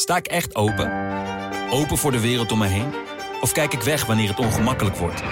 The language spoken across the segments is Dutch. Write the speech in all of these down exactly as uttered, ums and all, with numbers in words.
Sta ik echt open? Open voor de wereld om me heen? Of kijk ik weg wanneer het ongemakkelijk wordt?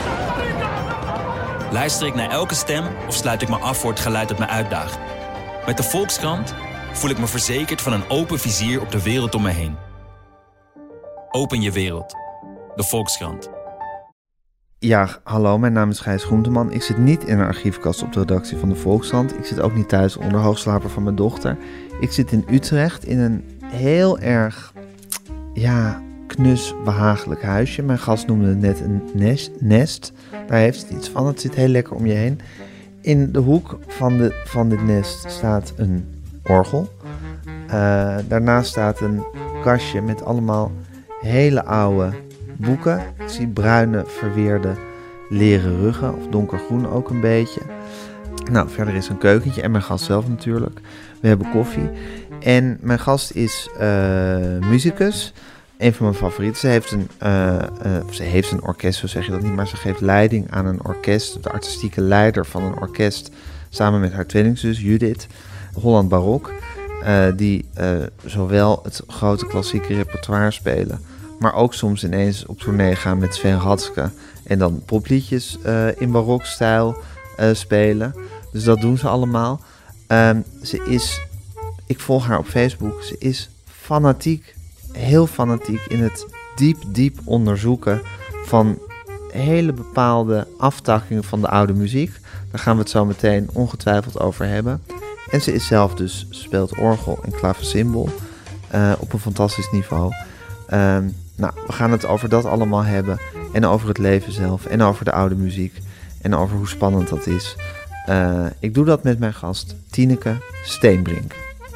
Luister ik naar elke stem of sluit ik me af voor het geluid dat me uitdaagt? Met de Volkskrant voel ik me verzekerd van een open vizier op de wereld om me heen. Open je wereld. De Volkskrant. Ja, hallo, mijn naam is Gijs Groenteman. Ik zit niet in een archiefkast op de redactie van de Volkskrant. Ik zit ook niet thuis onder hoogslaper van mijn dochter. Ik zit in Utrecht in een heel erg, ja, knus, behagelijk huisje. Mijn gast noemde het net een nest. nest. Daar heeft het iets van. Het zit heel lekker om je heen. In de hoek van, de, van dit nest staat een orgel. Uh, daarnaast staat een kastje met allemaal hele oude boeken. Ik zie bruine, verweerde leren ruggen, of donkergroen ook een beetje. Nou, verder is een keukentje en mijn gast zelf natuurlijk. We hebben koffie. En mijn gast is uh, muzikus. Een van mijn favorieten. Ze heeft een, uh, uh, ze heeft een orkest, zo zeg je dat niet, maar ze geeft leiding aan een orkest. De artistieke leider van een orkest, samen met haar tweelingzus Judith, Holland Barok. Uh, die uh, zowel het grote klassieke repertoire spelen, maar ook soms ineens op tournee gaan met Sven Radske en dan popliedjes uh, in barokstijl uh, spelen. Dus dat doen ze allemaal. Um, ze is, ik volg haar op Facebook, ze is fanatiek, heel fanatiek in het diep, diep onderzoeken van hele bepaalde aftakkingen van de oude muziek. Daar gaan we het zo meteen ongetwijfeld over hebben. En ze is zelf dus, speelt orgel en klavecimbal uh, op een fantastisch niveau. Um, nou, we gaan het over dat allemaal hebben. En over het leven zelf. En over de oude muziek. En over hoe spannend dat is. Uh, ik doe dat met mijn gast Tineke Steenbrink.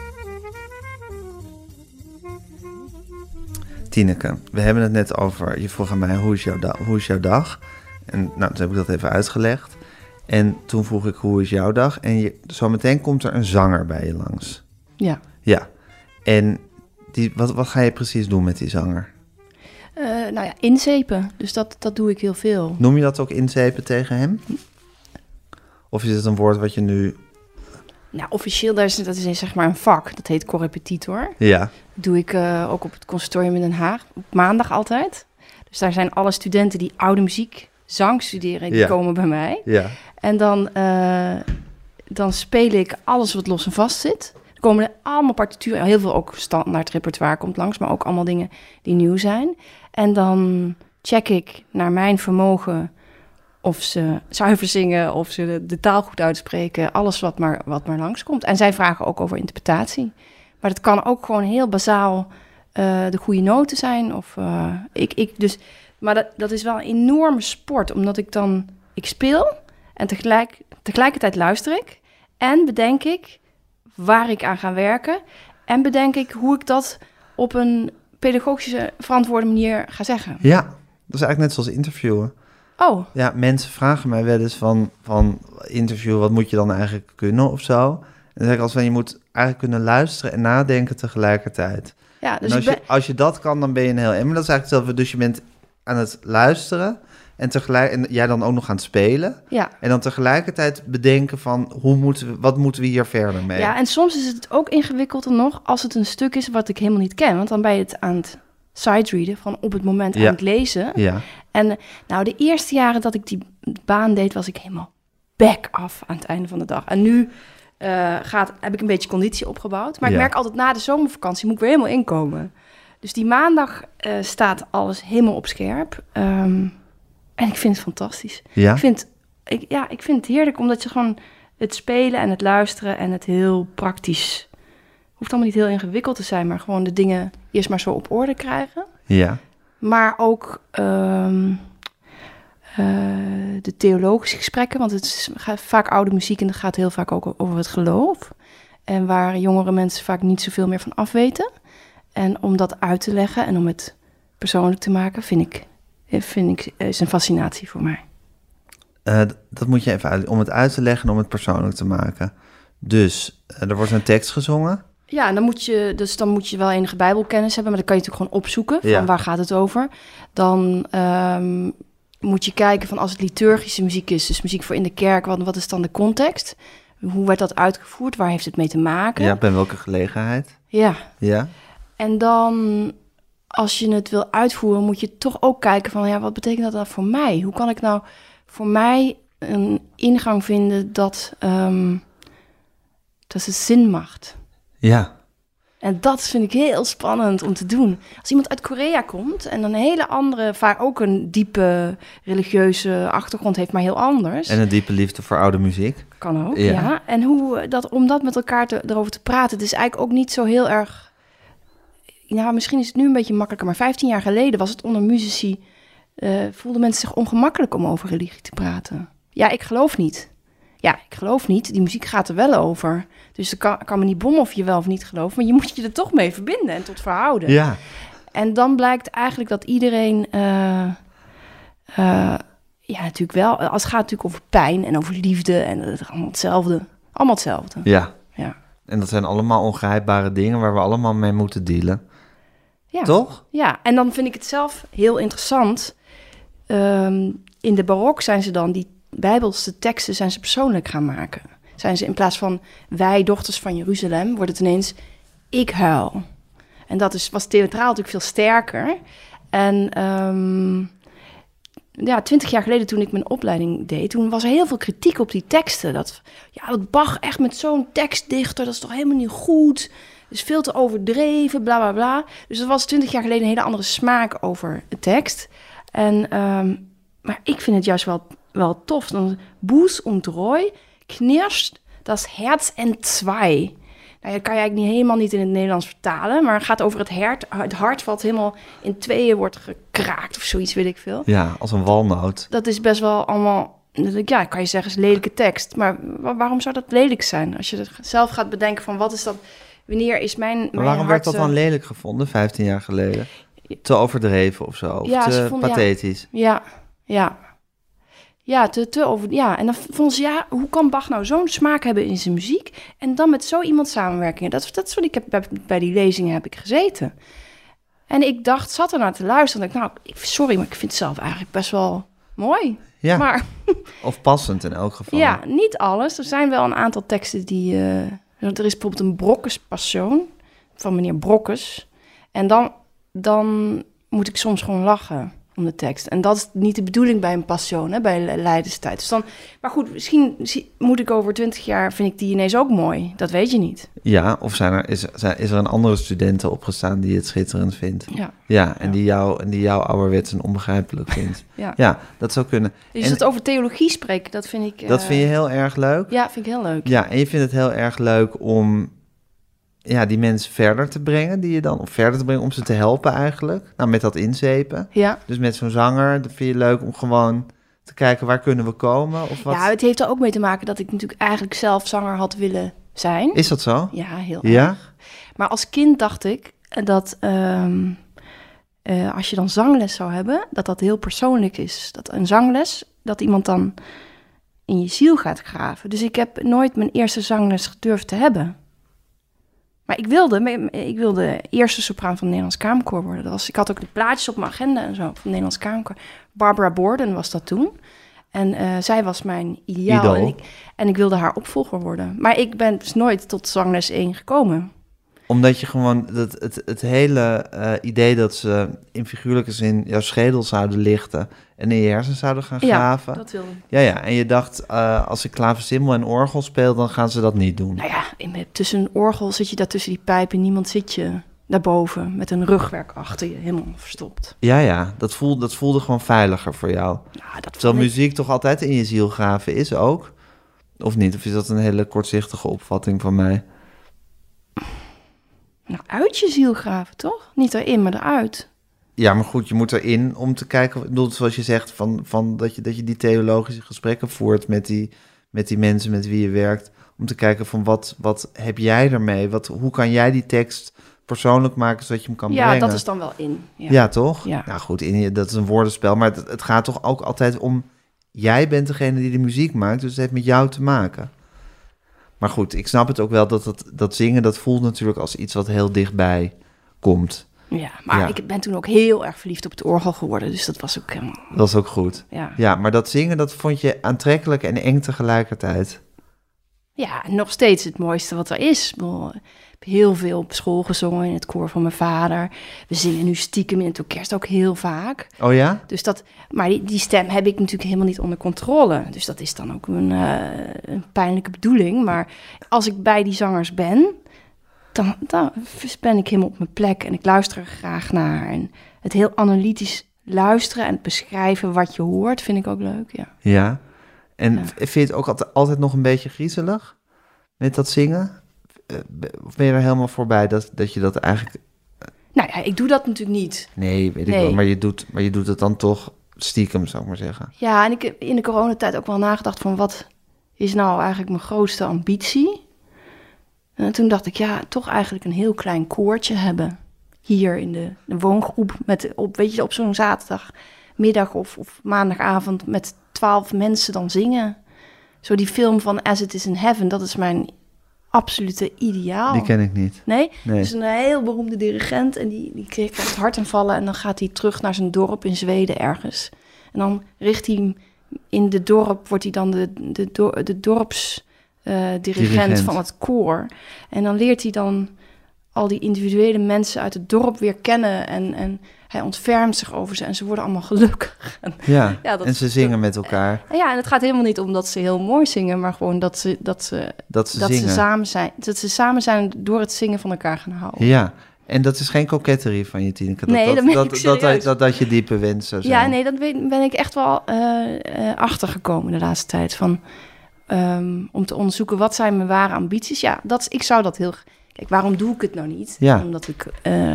Tineke, we hebben het net over, je vroeg aan mij, hoe is jouw, da- hoe is jouw dag? En nou, toen heb ik dat even uitgelegd. En toen vroeg ik, hoe is jouw dag? En je, zometeen komt er een zanger bij je langs. Ja. Ja. En die, wat, wat ga je precies doen met die zanger? Uh, nou ja, inzepen. Dus dat, dat doe ik heel veel. Noem je dat ook inzepen tegen hem? Of is het een woord wat je nu... Nou, officieel, dat is, dat is zeg maar een vak. Dat heet correpetitor. Ja. Dat doe ik uh, ook op het conservatorium in Den Haag. Op maandag altijd. Dus daar zijn alle studenten die oude muziek, zang studeren, die ja. komen bij mij. Ja. En dan, uh, dan speel ik alles wat los en vast zit. Er komen er allemaal partituren, heel veel ook standaard repertoire komt langs, maar ook allemaal dingen die nieuw zijn. En dan check ik naar mijn vermogen of ze zuiver zingen, of ze de, de taal goed uitspreken, alles wat maar, wat maar langskomt. En zij vragen ook over interpretatie. Maar dat kan ook gewoon heel bazaal uh, de goede noten zijn. Of, uh, ik, ik dus, maar dat, dat is wel een enorme sport, omdat ik dan... Ik speel en tegelijk, tegelijkertijd luister ik en bedenk ik waar ik aan ga werken. En bedenk ik hoe ik dat op een pedagogische, verantwoorde manier ga zeggen. Ja, dat is eigenlijk net zoals interviewen. Oh. Ja, mensen vragen mij wel eens van, van interview, wat moet je dan eigenlijk kunnen of zo? En dan zeg ik als van, je moet eigenlijk kunnen luisteren en nadenken tegelijkertijd. Ja, dus en als, ben... je, als je dat kan, dan ben je een heel... En maar dat is eigenlijk hetzelfde, dus je bent aan het luisteren en, tegelijk, en jij dan ook nog aan het spelen. Ja. En dan tegelijkertijd bedenken van, hoe moeten we, wat moeten we hier verder mee? Ja, en soms is het ook ingewikkelder nog als het een stuk is wat ik helemaal niet ken. Want dan ben je het aan het sidereaden, van op het moment ja. aan het lezen. Ja. En nou, de eerste jaren dat ik die baan deed, was ik helemaal back af aan het einde van de dag. En nu uh, gaat, heb ik een beetje conditie opgebouwd. Maar ja. ik merk altijd, na de zomervakantie moet ik weer helemaal inkomen. Dus die maandag uh, staat alles helemaal op scherp. Um, en ik vind het fantastisch. Ja? Ik vind, ik, ja, ik vind het heerlijk, omdat je gewoon het spelen en het luisteren en het heel praktisch... hoeft allemaal niet heel ingewikkeld te zijn, maar gewoon de dingen eerst maar zo op orde krijgen. Ja. Maar ook um, uh, de theologische gesprekken, want het is vaak oude muziek en dat gaat heel vaak ook over het geloof. En waar jongere mensen vaak niet zoveel meer van afweten. En om dat uit te leggen en om het persoonlijk te maken, vind ik, vind ik is een fascinatie voor mij. Uh, dat moet je even uit, om het uit te leggen en om het persoonlijk te maken. Dus uh, er wordt een tekst gezongen. Ja, en dan moet je, dus dan moet je wel enige bijbelkennis hebben, maar dan kan je natuurlijk gewoon opzoeken van ja. waar gaat het over. Dan um, moet je kijken van als het liturgische muziek is, dus muziek voor in de kerk, wat, wat is dan de context? Hoe werd dat uitgevoerd? Waar heeft het mee te maken? Ja, bij welke gelegenheid? Ja. Ja. En dan, als je het wil uitvoeren, moet je toch ook kijken van, ja, wat betekent dat dan voor mij? Hoe kan ik nou voor mij een ingang vinden dat, um, dat het zin maakt? Ja. En dat vind ik heel spannend om te doen. Als iemand uit Korea komt en een hele andere, vaak ook een diepe religieuze achtergrond heeft, maar heel anders. En een diepe liefde voor oude muziek. Kan ook, ja. ja. En hoe dat, om dat met elkaar te, erover te praten, het is eigenlijk ook niet zo heel erg... Nou, misschien is het nu een beetje makkelijker, maar vijftien jaar geleden was het onder muzici... Uh, voelden mensen zich ongemakkelijk om over religie te praten. Ja, ik geloof niet. Ja, ik geloof niet. Die muziek gaat er wel over. Dus het kan, kan me niet bommen of je wel of niet gelooft, maar je moet je er toch mee verbinden en tot verhouden. Ja. En dan blijkt eigenlijk dat iedereen... Uh, uh, ja, natuurlijk wel. Als het gaat natuurlijk over pijn en over liefde en het is allemaal hetzelfde. Allemaal hetzelfde. Ja. Ja. En dat zijn allemaal ongrijpbare dingen waar we allemaal mee moeten dealen. Ja. Toch? Ja, en dan vind ik het zelf heel interessant. Um, in de barok zijn ze dan die bijbelse teksten zijn ze persoonlijk gaan maken. Zijn ze in plaats van wij, dochters van Jeruzalem, wordt het ineens ik huil. En dat is, was theatraal natuurlijk veel sterker. En um, ja, twintig jaar geleden toen ik mijn opleiding deed, toen was er heel veel kritiek op die teksten. Dat, ja, dat Bach echt met zo'n tekstdichter, dat is toch helemaal niet goed. Het is veel te overdreven, bla bla bla. Dus dat was twintig jaar geleden een hele andere smaak over de tekst. En, um, maar ik vind het juist wel, wel tof. Dan Buß und Reue knirscht das Herz entzwei. Nou, dat kan je eigenlijk niet, helemaal niet in het Nederlands vertalen, maar het gaat over het hart. Het hart wat helemaal in tweeën wordt gekraakt of zoiets, weet ik veel. Ja, als een walnoot. Dat is best wel allemaal, ja, kan je zeggen, is een lelijke tekst. Maar waarom zou dat lelijk zijn? Als je het zelf gaat bedenken van wat is dat, wanneer is mijn, mijn Maar waarom hart, werd dat dan lelijk gevonden, vijftien jaar geleden? Te overdreven of zo? Of ja, te vond, pathetisch? Ja, ja. Ja, te, te over, ja, en dan vonden ze, ja, hoe kan Bach nou zo'n smaak hebben in zijn muziek en dan met zo iemand samenwerken? Dat, dat is wat ik heb bij, bij die lezingen heb ik gezeten. En ik dacht, zat er naar te luisteren. En ik, nou, sorry, maar ik vind het zelf eigenlijk best wel mooi. Ja, maar, of passend in elk geval. Ja, niet alles. Er zijn wel een aantal teksten die... Uh, er is bijvoorbeeld een Brokkes Passion van meneer Brokkes. En dan, dan moet ik soms gewoon lachen om de tekst. En dat is niet de bedoeling bij een passion, hè, bij lijdenstijd. Dus dan, maar goed, misschien moet ik over twintig jaar, vind ik die ineens ook mooi. Dat weet je niet. Ja, of zijn er, is, zijn, is er een andere studenten opgestaan die het schitterend vindt? Ja. Ja, en, ja. Die jou, en die jou ouderwets en onbegrijpelijk vindt. ja. ja, dat zou kunnen. Dus en, het over theologie spreken, dat vind ik... Dat uh, vind je heel erg leuk? Ja, vind ik heel leuk. Ja, en je vindt het heel erg leuk om... ja, die mensen verder te brengen, die je dan, of verder te brengen om ze te helpen eigenlijk. Nou, met dat inzepen. Ja. Dus met zo'n zanger, dat vind je leuk om gewoon te kijken waar kunnen we komen of wat? Ja, het heeft er ook mee te maken dat ik natuurlijk eigenlijk zelf zanger had willen zijn. Is dat zo? Ja, heel ja? erg. Maar als kind dacht ik dat um, uh, als je dan zangles zou hebben, dat dat heel persoonlijk is. Dat een zangles, dat iemand dan in je ziel gaat graven. Dus ik heb nooit mijn eerste zangles gedurfd te hebben. Maar ik wilde, ik wilde eerste sopraan van het Nederlands Kamerkoor worden. Dat was, ik had ook de plaatjes op mijn agenda en zo van het Nederlands Kamerkoor. Barbara Borden was dat toen. En uh, zij was mijn ideaal. En ik, en ik wilde haar opvolger worden. Maar ik ben dus nooit tot zangles één gekomen. Omdat je gewoon dat, het, het hele uh, idee dat ze in figuurlijke zin jouw schedel zouden lichten en in je hersenen zouden gaan graven. Ja, dat wilde ik. Ja, ja. En je dacht, uh, als ik klavecimbal en orgel speel, dan gaan ze dat niet doen. Nou ja, in, tussen een orgel zit je daar tussen die pijpen. Niemand zit je daarboven met een rugwerk achter je, helemaal verstopt. Ja, ja. Dat voelde, dat voelde gewoon veiliger voor jou. Ja, dat Terwijl ik... muziek toch altijd in je ziel graven is ook? Of niet? Of is dat een hele kortzichtige opvatting van mij? Nou, uit je ziel graven, toch? Niet erin, maar eruit. Ja, maar goed, je moet erin om te kijken... Ik bedoel, zoals je zegt, van, van dat, je, dat je die theologische gesprekken voert... Met die, met die mensen met wie je werkt... om te kijken van wat, wat heb jij ermee? Wat, hoe kan jij die tekst persoonlijk maken... zodat je hem kan ja, brengen? Ja, dat is dan wel in. Ja, ja toch? Ja. Nou goed, in, dat is een woordenspel... maar het, het gaat toch ook altijd om... jij bent degene die de muziek maakt... dus het heeft met jou te maken... Maar goed, ik snap het ook wel dat, dat dat zingen... dat voelt natuurlijk als iets wat heel dichtbij komt. Ja, maar ja. ik ben toen ook heel erg verliefd op het orgel geworden. Dus dat was ook helemaal... Dat was ook goed. Ja. ja, maar dat zingen, dat vond je aantrekkelijk en eng tegelijkertijd. Ja, nog steeds het mooiste wat er is. heb heel veel op school gezongen in het koor van mijn vader. We zingen nu stiekem in het kerst ook heel vaak. Oh ja? Dus dat, maar die, die stem heb ik natuurlijk helemaal niet onder controle. Dus dat is dan ook een, uh, een pijnlijke bedoeling. Maar als ik bij die zangers ben, dan, dan ben ik helemaal op mijn plek. En ik luister er graag naar. En het heel analytisch luisteren en het beschrijven wat je hoort, vind ik ook leuk, ja. Ja. En Ja. vind je het ook altijd, altijd nog een beetje griezelig met dat zingen? Of ben je er helemaal voorbij dat, dat je dat eigenlijk... Nou ja, ik doe dat natuurlijk niet. Nee, weet ik Nee. wel. Maar je, doet, maar je doet het dan toch stiekem, zou ik maar zeggen. Ja, en ik heb in de coronatijd ook wel nagedacht van wat is nou eigenlijk mijn grootste ambitie? En toen dacht ik, ja, toch eigenlijk een heel klein koortje hebben. Hier in de, de woongroep, met, op, weet je, op zo'n zaterdagmiddag of, of maandagavond met twaalf mensen dan zingen. Zo die film van As It Is in Heaven, dat is mijn absolute ideaal. Die ken ik niet. Nee? Nee. Dus een heel beroemde dirigent en die, die kreeg het hartaanvallen en dan gaat hij terug naar zijn dorp in Zweden ergens. En dan richt hij hem in de dorp, wordt hij dan de, de, de, de dorps uh, dirigent, Dirigent. van het koor. En dan leert hij dan al die individuele mensen uit het dorp weer kennen en, en hij ontfermt zich over ze en ze worden allemaal gelukkig. En, Ja, Ja, dat- en ze zingen met elkaar. ja, en het gaat helemaal niet om dat ze heel mooi zingen, maar gewoon dat ze, dat ze, Dat ze dat zingen. ze samen zijn. Dat ze samen zijn door het zingen van elkaar gaan houden. Ja, en dat is geen koketterie van je, Tineke. Dat, Nee, dat, dat meen dat, ik dat, dat, serieus. dat, dat je diepe wensen zijn. Ja, nee, dat ben, ben ik echt wel uh, uh, achtergekomen de laatste tijd. Van, um, om te onderzoeken wat zijn mijn ware ambities. Ja, dat, ik zou dat heel... Kijk, waarom doe ik het nou niet? Ja. Omdat ik uh,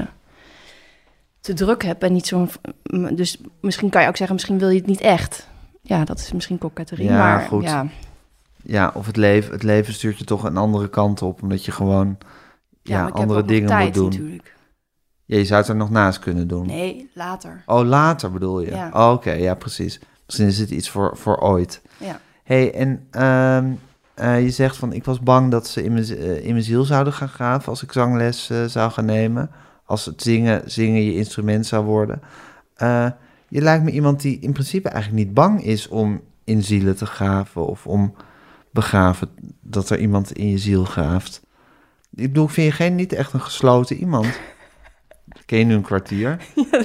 te druk heb en niet zo'n... Dus misschien kan je ook zeggen, misschien wil je het niet echt. Ja, dat is misschien koketterie. Ja, maar goed. ja, Ja, of het leven, het leven stuurt je toch een andere kant op, omdat je gewoon ja, maar ik andere heb ook nog dingen tijd, moet doen. Natuurlijk. Ja, je zou het er nog naast kunnen doen. Nee, later. Oh, later bedoel je? Ja. Oh, oké, ja, precies. Misschien is het iets voor, voor ooit. Ja. Hey, en ehm, uh, je zegt van, ik was bang dat ze in mijn, uh, in mijn ziel zouden gaan graven als ik zangles uh, zou gaan nemen. Als het zingen, zingen je instrument zou worden. Uh, je lijkt me iemand die in principe eigenlijk niet bang is om in zielen te graven of om begraven, dat er iemand in je ziel graaft. Ik bedoel, vind je geen niet echt een gesloten iemand? Ken je nu een kwartier?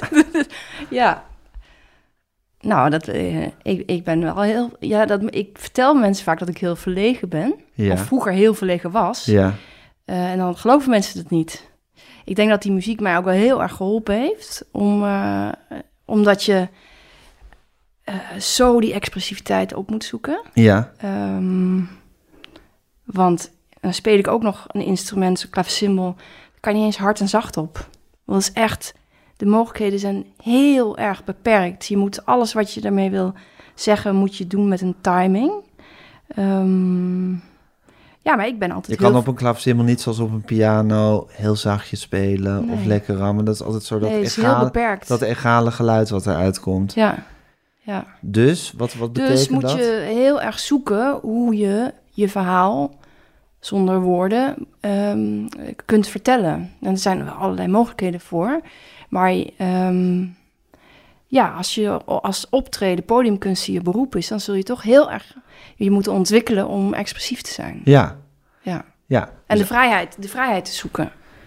Ja. Nou, dat, uh, ik, ik ben wel heel... Ja, dat, ik vertel mensen vaak dat ik heel verlegen ben. Ja. Of vroeger heel verlegen was. Ja. Uh, en dan geloven mensen het niet. Ik denk dat die muziek mij ook wel heel erg geholpen heeft. Om, uh, omdat je uh, zo die expressiviteit op moet zoeken. Ja. Um, want dan speel ik ook nog een instrument, zo'n klavecimbal. Daar kan je niet eens hard en zacht op. Want het is echt... De mogelijkheden zijn heel erg beperkt. Je moet alles wat je daarmee wil zeggen, moet je doen met een timing. Um, ja, maar ik ben altijd Je kan heel... op een klavecimbal niet zoals op een piano heel zachtjes spelen Nee. of lekker rammen. Dat is altijd zo dat, Nee, het is egale, heel beperkt. dat egale geluid wat eruit komt. Ja, ja. Dus, wat, wat betekent Dus moet dat? je heel erg zoeken hoe je je verhaal zonder woorden um, kunt vertellen. En er zijn allerlei mogelijkheden voor. Maar um, ja, als je als optreden podiumkunst je beroep is, dan zul je toch heel erg je moeten ontwikkelen om expressief te zijn. Ja. Ja. Ja. En Dus de vrijheid, de vrijheid te zoeken.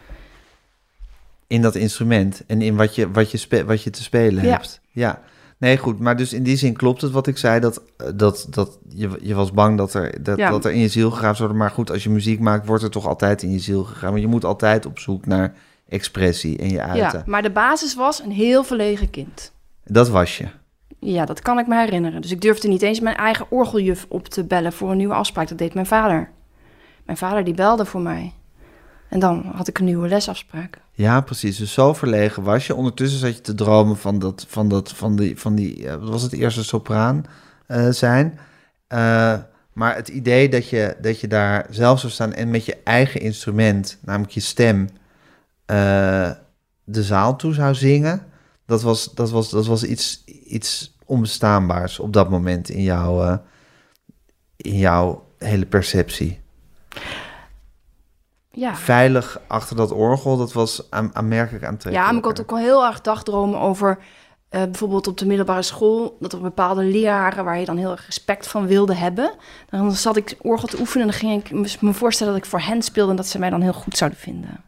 in dat instrument en in wat je, wat je, spe, wat je te spelen Ja. hebt. Ja. Nee, goed. Maar dus in die zin klopt het wat ik zei, dat, dat, dat je, je was bang dat er, dat, Ja. dat er in je ziel gegraven zou worden. Maar goed, als je muziek maakt, wordt er toch altijd in je ziel gegraven. Want je moet altijd op zoek naar expressie en je uiten. Ja, maar de basis was een heel verlegen kind. Dat was je. Ja, dat kan ik me herinneren. Dus ik durfde niet eens mijn eigen orgeljuf op te bellen voor een nieuwe afspraak. Dat deed mijn vader. Mijn vader die belde voor mij. En dan had ik een nieuwe lesafspraak. Ja, precies. Dus zo verlegen was je. Ondertussen zat je te dromen van dat, van dat, van die, van die, uh, wat was het, eerste sopraan uh, zijn. Uh, maar het idee dat je, dat je daar zelf zou staan en met je eigen instrument, namelijk je stem, uh, de zaal toe zou zingen, dat was, dat was, dat was iets, iets onbestaanbaars op dat moment in jouw, uh, in jouw hele perceptie. Ja. Veilig achter dat orgel, dat was aan, aanmerkelijk aantrekkelijk. Ja, maar ik had ook al heel erg dagdromen over Uh, bijvoorbeeld op de middelbare school, dat er bepaalde leraren waar je dan heel erg respect van wilde hebben. Dan zat ik orgel te oefenen en dan ging ik me voorstellen dat ik voor hen speelde en dat ze mij dan heel goed zouden vinden.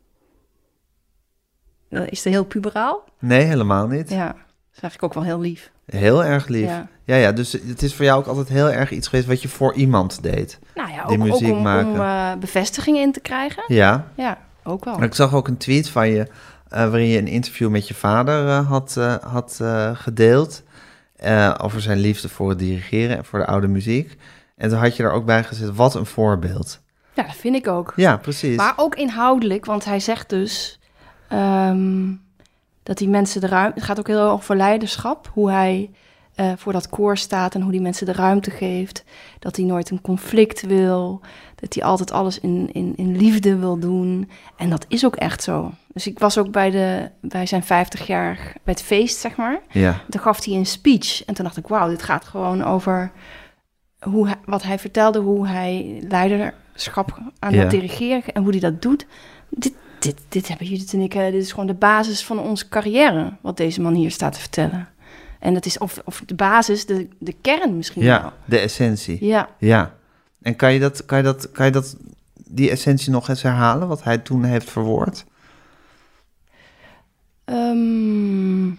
Is dat heel puberaal? Nee, helemaal niet. Ja, dat is eigenlijk ook wel heel lief. Heel erg lief. Ja. ja, ja, dus het is voor jou ook altijd heel erg iets geweest wat je voor iemand deed. Nou ja, die ook, muziek ook om, maken. om uh, bevestiging in te krijgen. Ja. Ja, ook wel. Ik zag ook een tweet van je, uh, waarin je een interview met je vader uh, had, uh, had uh, gedeeld. Uh, over zijn liefde voor het dirigeren en voor de oude muziek. En toen had je er ook bij gezet, wat een voorbeeld. Ja, dat vind ik ook. Ja, precies. Maar ook inhoudelijk, want hij zegt dus um, dat die mensen de ruimte... Het gaat ook heel erg over leiderschap, hoe hij uh, voor dat koor staat en hoe die mensen de ruimte geeft. Dat hij nooit een conflict wil, dat hij altijd alles in, in, in liefde wil doen. En dat is ook echt zo. Dus ik was ook bij, de, bij zijn vijftig jaar, bij het feest, zeg maar. Ja. Toen gaf hij een speech en toen dacht ik, wauw, dit gaat gewoon over hoe hij, wat hij vertelde, hoe hij leiderschap aan Ja. het dirigeren en hoe hij dat doet. Dit, dit, dit hebben Judith en ik, uh, dit is gewoon de basis van onze carrière, wat deze man hier staat te vertellen. En dat is of, of de basis, de, de kern misschien Ja, wel. de essentie. Ja. Ja. En kan je dat, kan je dat, kan je dat, die essentie nog eens herhalen, wat hij toen heeft verwoord? Um,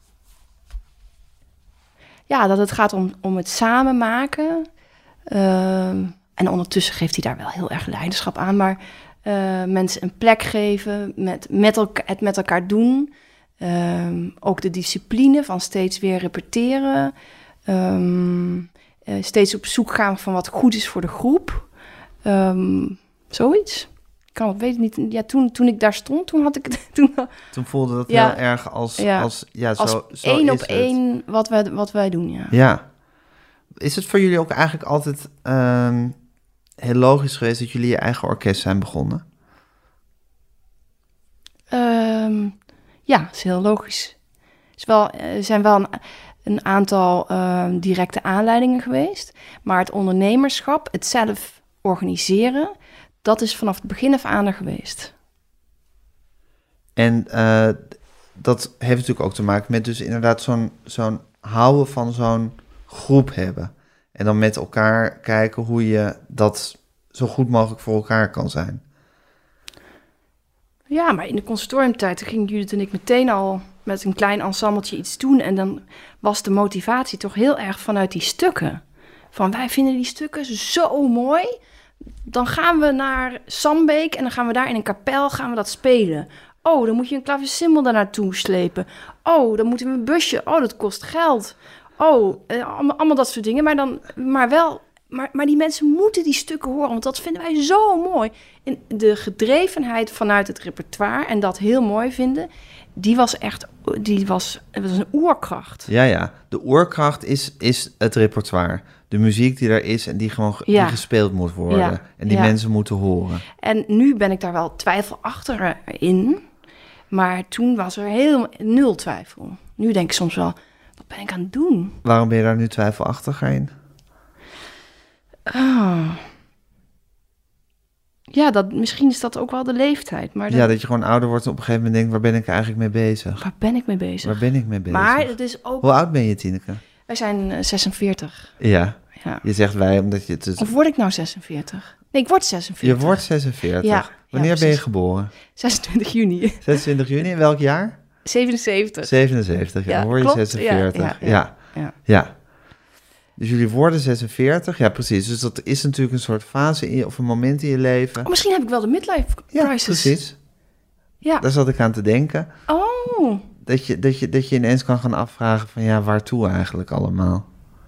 ja, dat het gaat om, om het samen maken. Um, en ondertussen geeft hij daar wel heel erg leiderschap aan. Maar uh, mensen een plek geven, met, met elka- het met elkaar doen. Um, ook de discipline van steeds weer repeteren. Um, uh, steeds op zoek gaan van wat goed is voor de groep. Um, zoiets. Ik kan het weet niet. Ja, toen, toen ik daar stond, toen had ik het. Toen, Toen voelde dat Ja. heel erg als, Ja. als ja, als zo, zo één is op het. één wat wij, wat wij doen, ja. Ja. Is het voor jullie ook eigenlijk altijd um, heel logisch geweest dat jullie je eigen orkest zijn begonnen? Um, ja, is heel logisch. Is wel, er zijn wel een, een aantal um, directe aanleidingen geweest. Maar het ondernemerschap, het zelf organiseren, dat is vanaf het begin af aan er geweest. En uh, dat heeft natuurlijk ook te maken met dus inderdaad zo'n, zo'n houden van zo'n groep hebben. En dan met elkaar kijken hoe je dat zo goed mogelijk voor elkaar kan zijn. Ja, maar in de conservatoriumtijd ging Judith en ik meteen al met een klein ensembletje iets doen. En dan was de motivatie toch heel erg vanuit die stukken. Van wij vinden die stukken zo mooi. Dan gaan we naar Sambeek en dan gaan we daar in een kapel gaan we dat spelen. Oh, dan moet je een klavecimbal daar naartoe slepen. Oh, dan moeten we een busje. Oh, dat kost geld. Oh, eh, allemaal, allemaal dat soort dingen. Maar, dan, maar wel... Maar, maar die mensen moeten die stukken horen, want dat vinden wij zo mooi. En de gedrevenheid vanuit het repertoire en dat heel mooi vinden, die was echt, die was, het was een oerkracht. Ja, ja. De oerkracht is, is het repertoire. De muziek die er is en die gewoon ge- Ja. die gespeeld moet worden. Ja. En die Ja. mensen moeten horen. En nu ben ik daar wel twijfelachtig in, maar toen was er heel nul twijfel. Nu denk ik soms wel, wat ben ik aan het doen? Waarom ben je daar nu twijfelachtig in? Ah. Ja, dat, misschien is dat ook wel de leeftijd. Maar dat, Ja, dat je gewoon ouder wordt en op een gegeven moment denkt, waar ben ik eigenlijk mee bezig? waar ben ik mee bezig? Waar ben ik mee bezig? Maar het is ook... Hoe oud ben je, Tineke? Wij zijn uh, zesenveertig. Ja, Ja. je zegt wij omdat je het... het- Of word ik nou zesenveertig? Nee, ik word zesenveertig. je wordt zesenveertig. Ja, Wanneer ja, ben je precies. geboren? zesentwintig juni. zesentwintig juni, in welk jaar? zevenenzeventig. zevenenzeventig, ja, Ja, dan word je klopt. zesenveertig. Ja, Ja, ja, ja. ja. ja. Dus jullie worden zesenveertig, ja precies. Dus dat is natuurlijk een soort fase in je, of een moment in je leven. Oh, misschien heb ik wel de midlife Ja, crisis. precies. Ja. Daar zat ik aan te denken. Oh. Dat je, dat, je, dat je ineens kan gaan afvragen van ja, waartoe eigenlijk allemaal?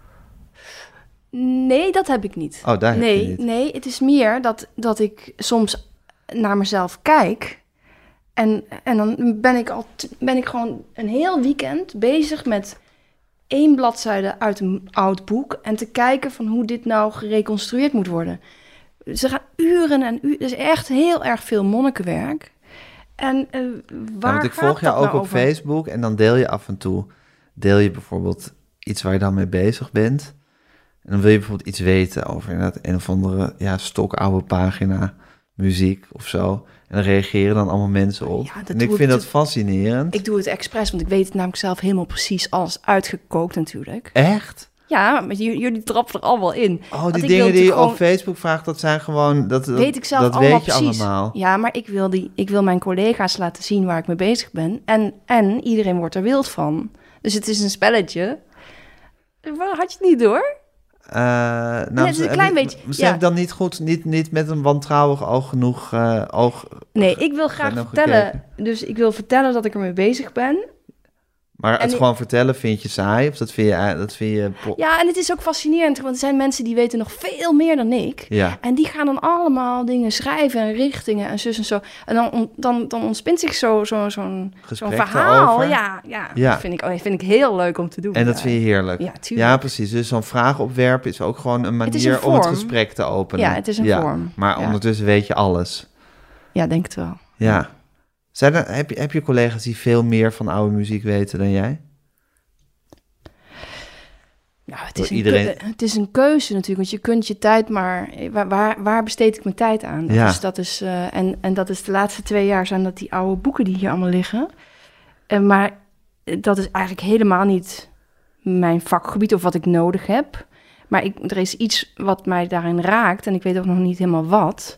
Nee, dat heb ik niet. Oh, daar heb nee, je niet. Nee, het is meer dat, dat ik soms naar mezelf kijk. En, en dan ben ik, al t- ben ik gewoon een heel weekend bezig met één bladzijde uit een oud boek en te kijken van hoe dit nou gereconstrueerd moet worden. Ze gaan uren en uren, het is echt heel erg veel monnikenwerk. En uh, waar Ja, want ik gaat volg jou dat ook nou op over? Facebook en dan deel je af en toe, deel je bijvoorbeeld iets waar je dan mee bezig bent. En dan wil je bijvoorbeeld iets weten over inderdaad een of andere ja, stokoude pagina, muziek of zo. En En daar reageren dan allemaal mensen op. Ja, dat en ik doe vind ik dat fascinerend. Ik doe het expres, want ik weet het namelijk zelf helemaal precies alles uitgekookt natuurlijk. Echt? Ja, maar j- jullie trappen er allemaal in. Oh, Want die ik dingen wil die je gewoon- op Facebook vraagt, dat zijn gewoon... Dat, dat, weet ik zelf dat allemaal weet je precies. allemaal. Ja, maar ik wil, die, ik wil mijn collega's laten zien waar ik mee bezig ben. En, en iedereen wordt er wild van. Dus het is een spelletje. Wat, had je het niet door? Uh, nou, Nee, het is een heb klein ik- beetje, Misschien ja. heb ik dan niet goed, niet, niet met een wantrouwig oog genoeg uh, oog... Nee, ik wil graag nog vertellen. gekeken. Dus ik wil vertellen dat ik ermee bezig ben. Maar het En ik- gewoon vertellen vind je saai? Of dat vind je... Dat vind je po- Ja, en het is ook fascinerend, want er zijn mensen die weten nog veel meer dan ik. ja. En die gaan dan allemaal dingen schrijven en richtingen en zus en zo. En dan, on- dan, dan ontspint zich zo, zo, zo'n, zo'n Gesprek verhaal. daarover. Ja, ja. Ja. Dat vind ik, oh, vind ik heel leuk om te doen. En dat ja. vind je heerlijk? Ja, tuurlijk. Ja, precies. Dus zo'n vraag opwerpen is ook gewoon een Het is manier een om het vorm. gesprek te openen. Ja, het is een vorm. Maar Ja. ondertussen weet je alles. Ja, denk het wel. Ja. Zijn er, heb, je, heb je collega's die veel meer van oude muziek weten dan jij? Nou, het Door is, een iedereen- keu- het is een keuze natuurlijk, want je kunt je tijd maar... Waar, waar, waar besteed ik mijn tijd aan? Dat Ja. is, dat is, eh, en, en dat is de laatste twee jaar zijn dat die oude boeken die hier allemaal liggen. En maar eh, dat is eigenlijk helemaal niet mijn vakgebied of wat ik nodig heb. Maar ik, er is iets wat mij daarin raakt en ik weet ook nog niet helemaal wat.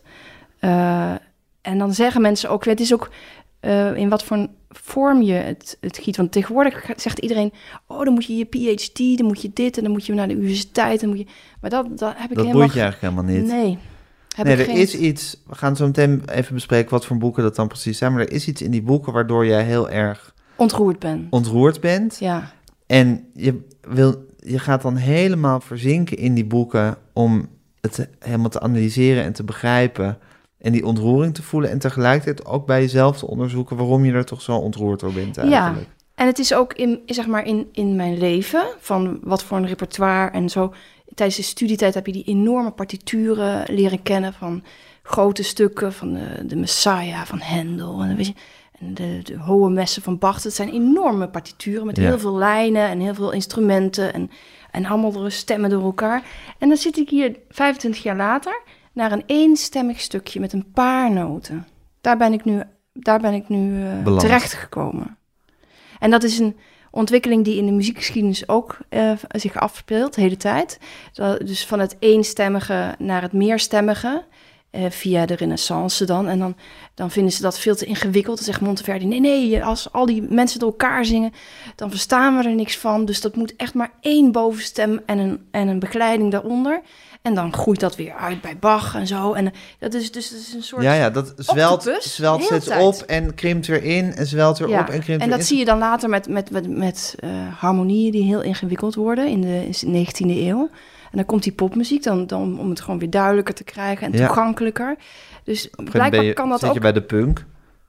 Eh, en dan zeggen mensen ook, het is ook uh, in wat voor een vorm je het, het giet. Want tegenwoordig zegt iedereen, oh, dan moet je je P H D, dan moet je dit en dan moet je naar de universiteit. Dan moet je... Maar dat, dat heb ik Dat helemaal... boeit je eigenlijk helemaal niet. Nee. Heb nee, ik er geen... is iets... We gaan zo meteen even bespreken wat voor boeken dat dan precies zijn. Maar er is iets in die boeken waardoor jij heel erg ontroerd ben. ontroerd bent. Ja. En je, wil, je gaat dan helemaal verzinken in die boeken om het helemaal te analyseren en te begrijpen en die ontroering te voelen en tegelijkertijd ook bij jezelf te onderzoeken waarom je er toch zo ontroerd door bent eigenlijk. Ja, en het is ook in, zeg maar in, in mijn leven, van wat voor een repertoire en zo. Tijdens de studietijd heb je die enorme partituren leren kennen van grote stukken, van de, de Messiah van Handel en weet je, en de, de hohe messen van Bach. Het zijn enorme partituren met Ja. heel veel lijnen en heel veel instrumenten en, en allemaal stemmen door elkaar. En dan zit ik hier vijfentwintig jaar later naar een eenstemmig stukje met een paar noten. Daar ben ik nu, daar ben ik nu uh, Beland. terechtgekomen. En dat is een ontwikkeling die in de muziekgeschiedenis ook uh, zich afspeelt, de hele tijd. Dat, dus van het eenstemmige naar het meerstemmige, uh, via de renaissance dan. En dan, dan vinden ze dat veel te ingewikkeld. Dan zegt Monteverdi, nee, nee, als al die mensen door elkaar zingen, dan verstaan we er niks van. Dus dat moet echt maar één bovenstem en een, en een begeleiding daaronder. En dan groeit dat weer uit bij Bach en zo. En dat is dus dat is een soort... Ja, ja, dat zwelt, octopus, zwelt de hele steeds tijd. op en krimpt weer in en zwelt weer Ja, op en krimpt en weer dat in. zie je dan later met, met, met, met uh, harmonieën die heel ingewikkeld worden in de negentiende eeuw. En dan komt die popmuziek dan, dan om het gewoon weer duidelijker te krijgen en Ja. toegankelijker. Dus Op een gegeven moment blijkbaar ben je- kan dat zit ook... je bij de punk,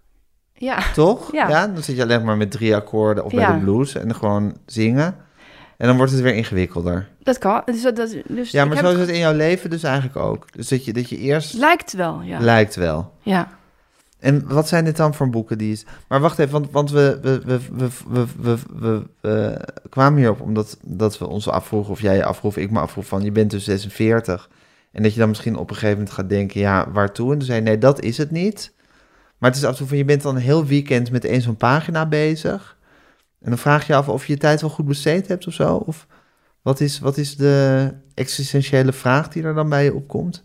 Ja, toch? Ja. Dan zit je alleen maar met drie akkoorden of bij Ja. de blues en gewoon zingen. En dan wordt het weer ingewikkelder. dat kan. Dus, dat, dat- dus Ja, ik maar heb zo is het- het in jouw leven dus eigenlijk ook. Dus dat je, dat je eerst lijkt wel, ja. lijkt wel. ja. En wat zijn dit dan voor boeken die is... Maar wacht even, want, want we, we, we, we, we, we, we, we kwamen hierop omdat dat we ons afvroegen, of jij je afvroeg, of ik me afvroeg van, je bent dus zesenveertig. En dat je dan misschien op een gegeven moment gaat denken, ja, waartoe? En toen zei je, nee, dat is het niet. Maar het is af en toe van, je bent dan een heel weekend met één zo'n pagina bezig. En dan vraag je af of je je tijd wel goed besteed hebt of zo. Of wat is, wat is de existentiële vraag die er dan bij je opkomt?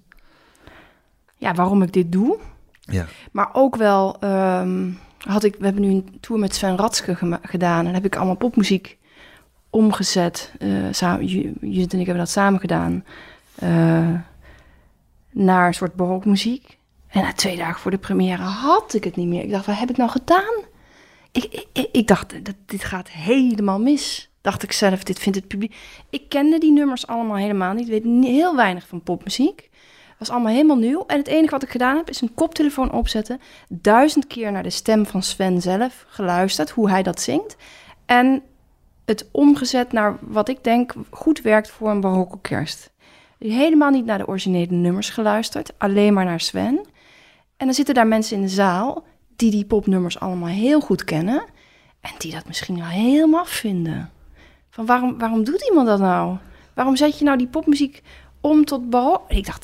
ja, waarom ik dit doe. Ja. Maar ook wel, ehm, had ik, we hebben nu een tour met Sven Ratske gema- gedaan. En dan heb ik allemaal popmuziek omgezet. Uh, samen, Ju- Judith en ik hebben dat samen gedaan. Uh, naar een soort barokmuziek. En na twee dagen voor de première had ik het niet meer. Ik dacht, wat heb ik nou gedaan? Ik, ik, ik, ik dacht, dat, dit gaat helemaal mis. Dacht ik zelf, dit vindt het publiek. Ik kende die nummers allemaal helemaal niet. Ik weet ni- heel weinig van popmuziek. Was allemaal helemaal nieuw. En het enige wat ik gedaan heb, is een koptelefoon opzetten. Duizend keer naar de stem van Sven zelf geluisterd, hoe hij dat zingt. En het omgezet naar wat ik denk goed werkt voor een barokko kerst. Helemaal niet naar de originele nummers geluisterd, alleen maar naar Sven. En dan zitten daar mensen in de zaal die die popnummers allemaal heel goed kennen. En die dat misschien wel helemaal vinden. Van waarom, waarom doet iemand dat nou? Waarom zet je nou die popmuziek om tot barok? Ik dacht, dit, dit,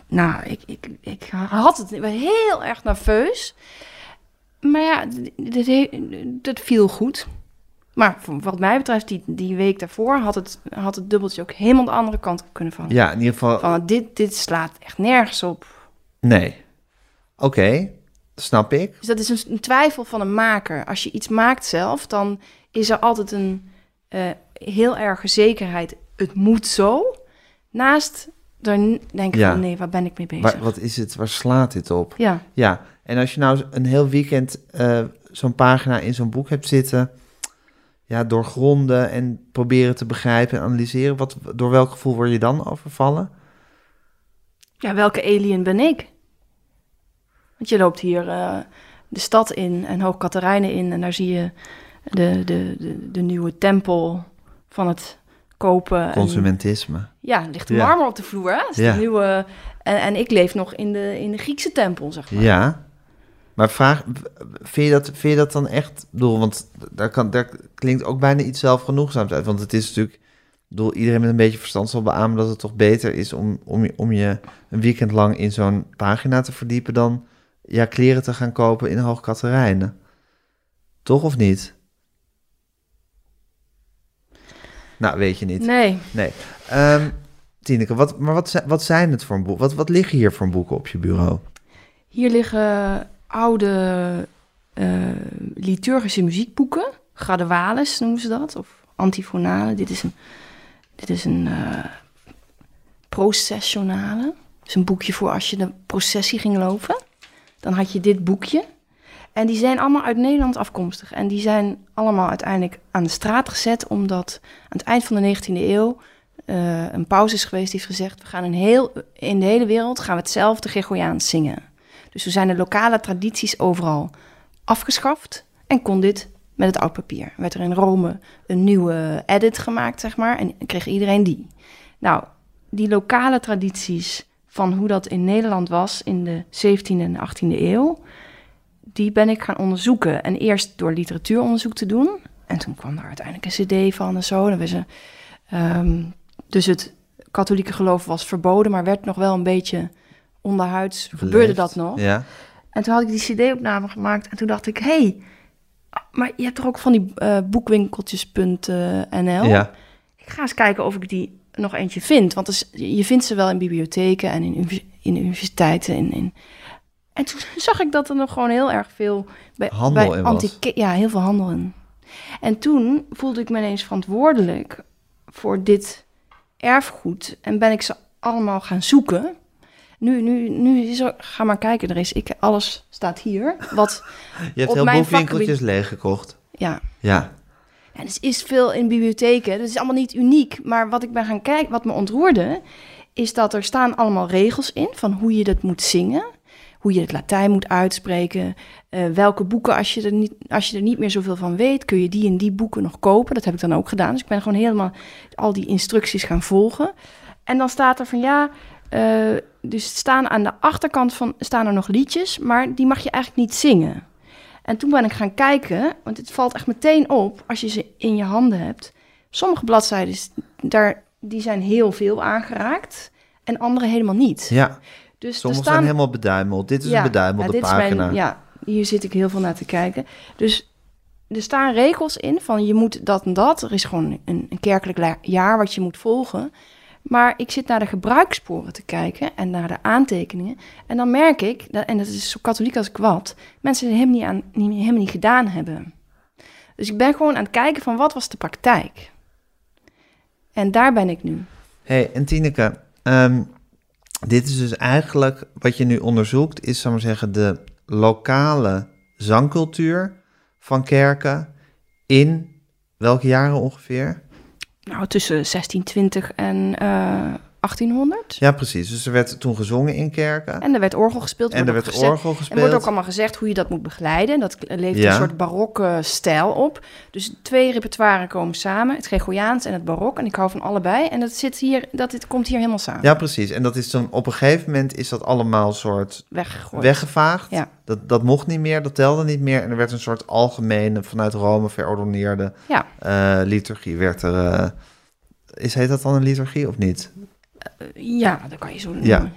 nou, ik, ik, ik had het ik was heel erg nerveus. Maar ja, dat, dat viel goed. Maar wat mij betreft, die, die week daarvoor had het, had het dubbeltje ook helemaal de andere kant op kunnen vallen. Ja, in ieder geval... Van, dit, dit slaat echt nergens op. Nee. Oké, okay, snap ik. Dus dat is een, een twijfel van een maker. Als je iets maakt zelf, dan is er altijd een uh, heel erge zekerheid. Het moet zo. Naast, dan denk ik ja. van, nee, waar ben ik mee bezig? Waar, wat is het? Waar slaat dit op? Ja. Ja, en als je nou een heel weekend uh, zo'n pagina in zo'n boek hebt zitten... ja, doorgronden en proberen te begrijpen en analyseren... Wat, door welk gevoel word je dan overvallen? Ja, welke alien ben ik? Want je loopt hier uh, de stad in en Hoog Catharijnen in... en daar zie je de, de, de, de nieuwe tempel van het kopen. Consumentisme. En, ja, er ligt marmer ja. op de vloer. Hè? Dat is ja. de nieuwe, en, en ik leef nog in de, in de Griekse tempel, zeg maar. Ja, maar vraag, vind je dat, vind je dat dan echt... bedoel, want daar, kan, daar klinkt ook bijna iets zelfgenoegzaams uit. Want het is natuurlijk... bedoel, iedereen met een beetje verstand zal beamen dat het toch beter is... om, om, je, om je een weekend lang in zo'n pagina te verdiepen... dan ja, kleren te gaan kopen in Hoog Catharijnen. Toch of niet? Nou, weet je niet. Nee. Nee. Um, Tineke, wat, maar wat, wat zijn het voor een boek? Wat, wat liggen hier voor boeken op je bureau? Hier liggen oude uh, liturgische muziekboeken. Graduales noemen ze dat. Of antifonale. Dit is een, dit is een uh, processionale. Dat is een boekje voor als je de processie ging lopen. Dan had je dit boekje. En die zijn allemaal uit Nederland afkomstig. En die zijn allemaal uiteindelijk aan de straat gezet... omdat aan het eind van de negentiende eeuw... Uh, een paus is geweest die heeft gezegd... we gaan in, heel, in de hele wereld gaan we hetzelfde Gregoriaans zingen. Dus toen zijn de lokale tradities overal afgeschaft... en kon dit met het oud papier. Werd er in Rome een nieuwe edit gemaakt, zeg maar... en kreeg iedereen die. Nou, die lokale tradities van hoe dat in Nederland was... in de zeventiende en achttiende eeuw... die ben ik gaan onderzoeken. En eerst door literatuuronderzoek te doen. En toen kwam daar uiteindelijk een cd van en zo. Dan ze, um, dus het katholieke geloof was verboden... maar werd nog wel een beetje onderhuids. Beleefd. Gebeurde dat nog. Ja. En toen had ik die cd-opname gemaakt. En toen dacht ik, hé, hey, maar je hebt toch ook van die uh, boekwinkeltjes punt n l? Ja. Ik ga eens kijken of ik die nog eentje vind. Want dus, je vindt ze wel in bibliotheken en in, in universiteiten. In, in. En toen zag ik dat er nog gewoon heel erg veel... bij, handel bij in antieke, ja, heel veel handel in. En toen voelde ik me ineens verantwoordelijk voor dit erfgoed. En ben ik ze allemaal gaan zoeken. Nu, nu, nu is er, ga maar kijken, er is, ik, alles staat hier. Wat je hebt op heel mijn boekwinkeltjes vakgebied... leeggekocht. Ja. Ja. En er is veel in bibliotheken. Dat is allemaal niet uniek. Maar wat ik ben gaan kijken, wat me ontroerde... is dat er staan allemaal regels in van hoe je dat moet zingen... hoe je het Latijn moet uitspreken, uh, welke boeken, als je, er niet, als je er niet meer zoveel van weet, kun je die en die boeken nog kopen. Dat heb ik dan ook gedaan. Dus ik ben gewoon helemaal al die instructies gaan volgen. En dan staat er van ja, uh, dus staan aan de achterkant van staan er nog liedjes, maar die mag je eigenlijk niet zingen. En toen ben ik gaan kijken, want het valt echt meteen op als je ze in je handen hebt. Sommige bladzijden, daar, die zijn heel veel aangeraakt en andere helemaal niet. Ja. Dus sommige staan... zijn helemaal beduimeld. Dit is ja, een beduimelde ja, dit pagina. Is mijn, ja, hier zit ik heel veel naar te kijken. Dus er staan regels in van je moet dat en dat. Er is gewoon een, een kerkelijk jaar wat je moet volgen. Maar ik zit naar de gebruikssporen te kijken en naar de aantekeningen. En dan merk ik, dat, en dat is zo katholiek als ik wat... mensen het helemaal niet, aan, niet, helemaal niet gedaan hebben. Dus ik ben gewoon aan het kijken van wat was de praktijk. En daar ben ik nu. Hey, en Tineke... Um... Dit is dus eigenlijk, wat je nu onderzoekt, is, zal ik maar zeggen, de lokale zangcultuur van kerken in welke jaren ongeveer? Nou, tussen zestien twintig en uh, achttienhonderd. Ja, precies. Dus er werd toen gezongen in kerken. En er werd orgel gespeeld. En er werd gezegd, orgel gespeeld. En er wordt ook allemaal gezegd hoe je dat moet begeleiden. Dat levert ja. een soort barokke stijl op. Dus twee repertoire komen samen. Het Gregoriaans en het barok. En ik hou van allebei. En dat, zit hier, dat dit komt hier helemaal samen. Ja, precies. En dat is dan op een gegeven moment is dat allemaal soort weggegooid. Weggevaagd. Ja. Dat, dat mocht niet meer, dat telde niet meer. En er werd een soort algemene, vanuit Rome verordoneerde ja. uh, liturgie. Werd er, uh, is, heet dat dan een liturgie of niet? Uh, ja, dat kan je zo noemen. Ja. ja.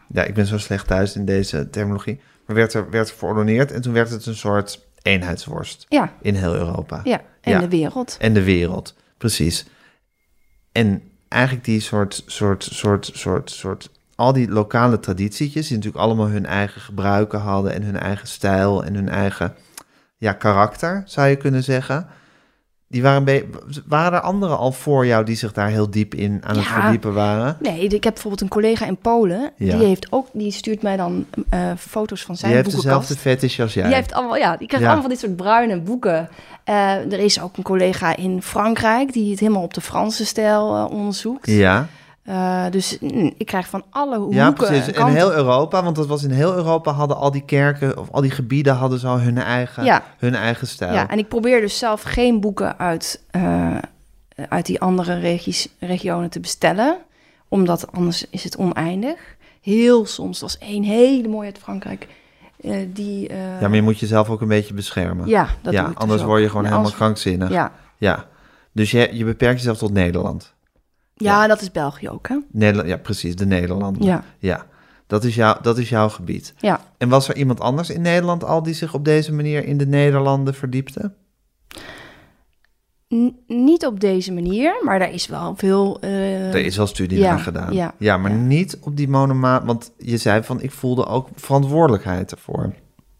Ja, ik ben zo slecht thuis in deze terminologie. Maar werd er, werd er verordoneerd en toen werd het een soort eenheidsworst. Ja. In heel Europa. Ja, en Ja. de wereld. En de wereld, precies. En eigenlijk die soort, soort, soort, soort, soort... al die lokale traditietjes... die natuurlijk allemaal hun eigen gebruiken hadden... en hun eigen stijl en hun eigen ja, karakter, zou je kunnen zeggen... Die waren, be- waren er anderen al voor jou die zich daar heel diep in aan het Ja. verdiepen waren? Nee, ik heb bijvoorbeeld een collega in Polen. Ja. Die heeft ook, die stuurt mij dan uh, foto's van zijn Die heeft boekenkast. dezelfde fetish als jij. Die heeft allemaal, ja, die krijgt Ja. allemaal van dit soort bruine boeken. Uh, er is ook een collega in Frankrijk die het helemaal op de Franse stijl uh, onderzoekt. Ja, Uh, dus mm, ik krijg van alle hoeken ja precies. en In kanten. heel Europa, want dat was in heel Europa... hadden al die kerken of al die gebieden hadden zo hun eigen, Ja. hun eigen stijl. Ja, en ik probeer dus zelf geen boeken uit, uh, uit die andere regies, regionen te bestellen. Omdat anders is het oneindig. Heel soms was één hele mooie uit Frankrijk. Uh, die, uh, Ja, maar je moet jezelf ook een beetje beschermen. ja, dat ja, doe ik dus anders ook. word je gewoon Ja, helemaal anders- krankzinnig. Ja. Ja. Dus je, je beperkt jezelf tot Nederland. Ja, dat is België ook, hè? Nederland, ja, precies, de Nederlanden. Ja. Ja, dat is, jouw, dat is jouw gebied. Ja. En was er iemand anders in Nederland al die zich op deze manier in de Nederlanden verdiepte? N- niet op deze manier, maar daar is wel veel... Uh, Er is al studie ja, naar gedaan. ja, ja maar ja. niet op die monomaat, want je zei van ik voelde ook verantwoordelijkheid ervoor.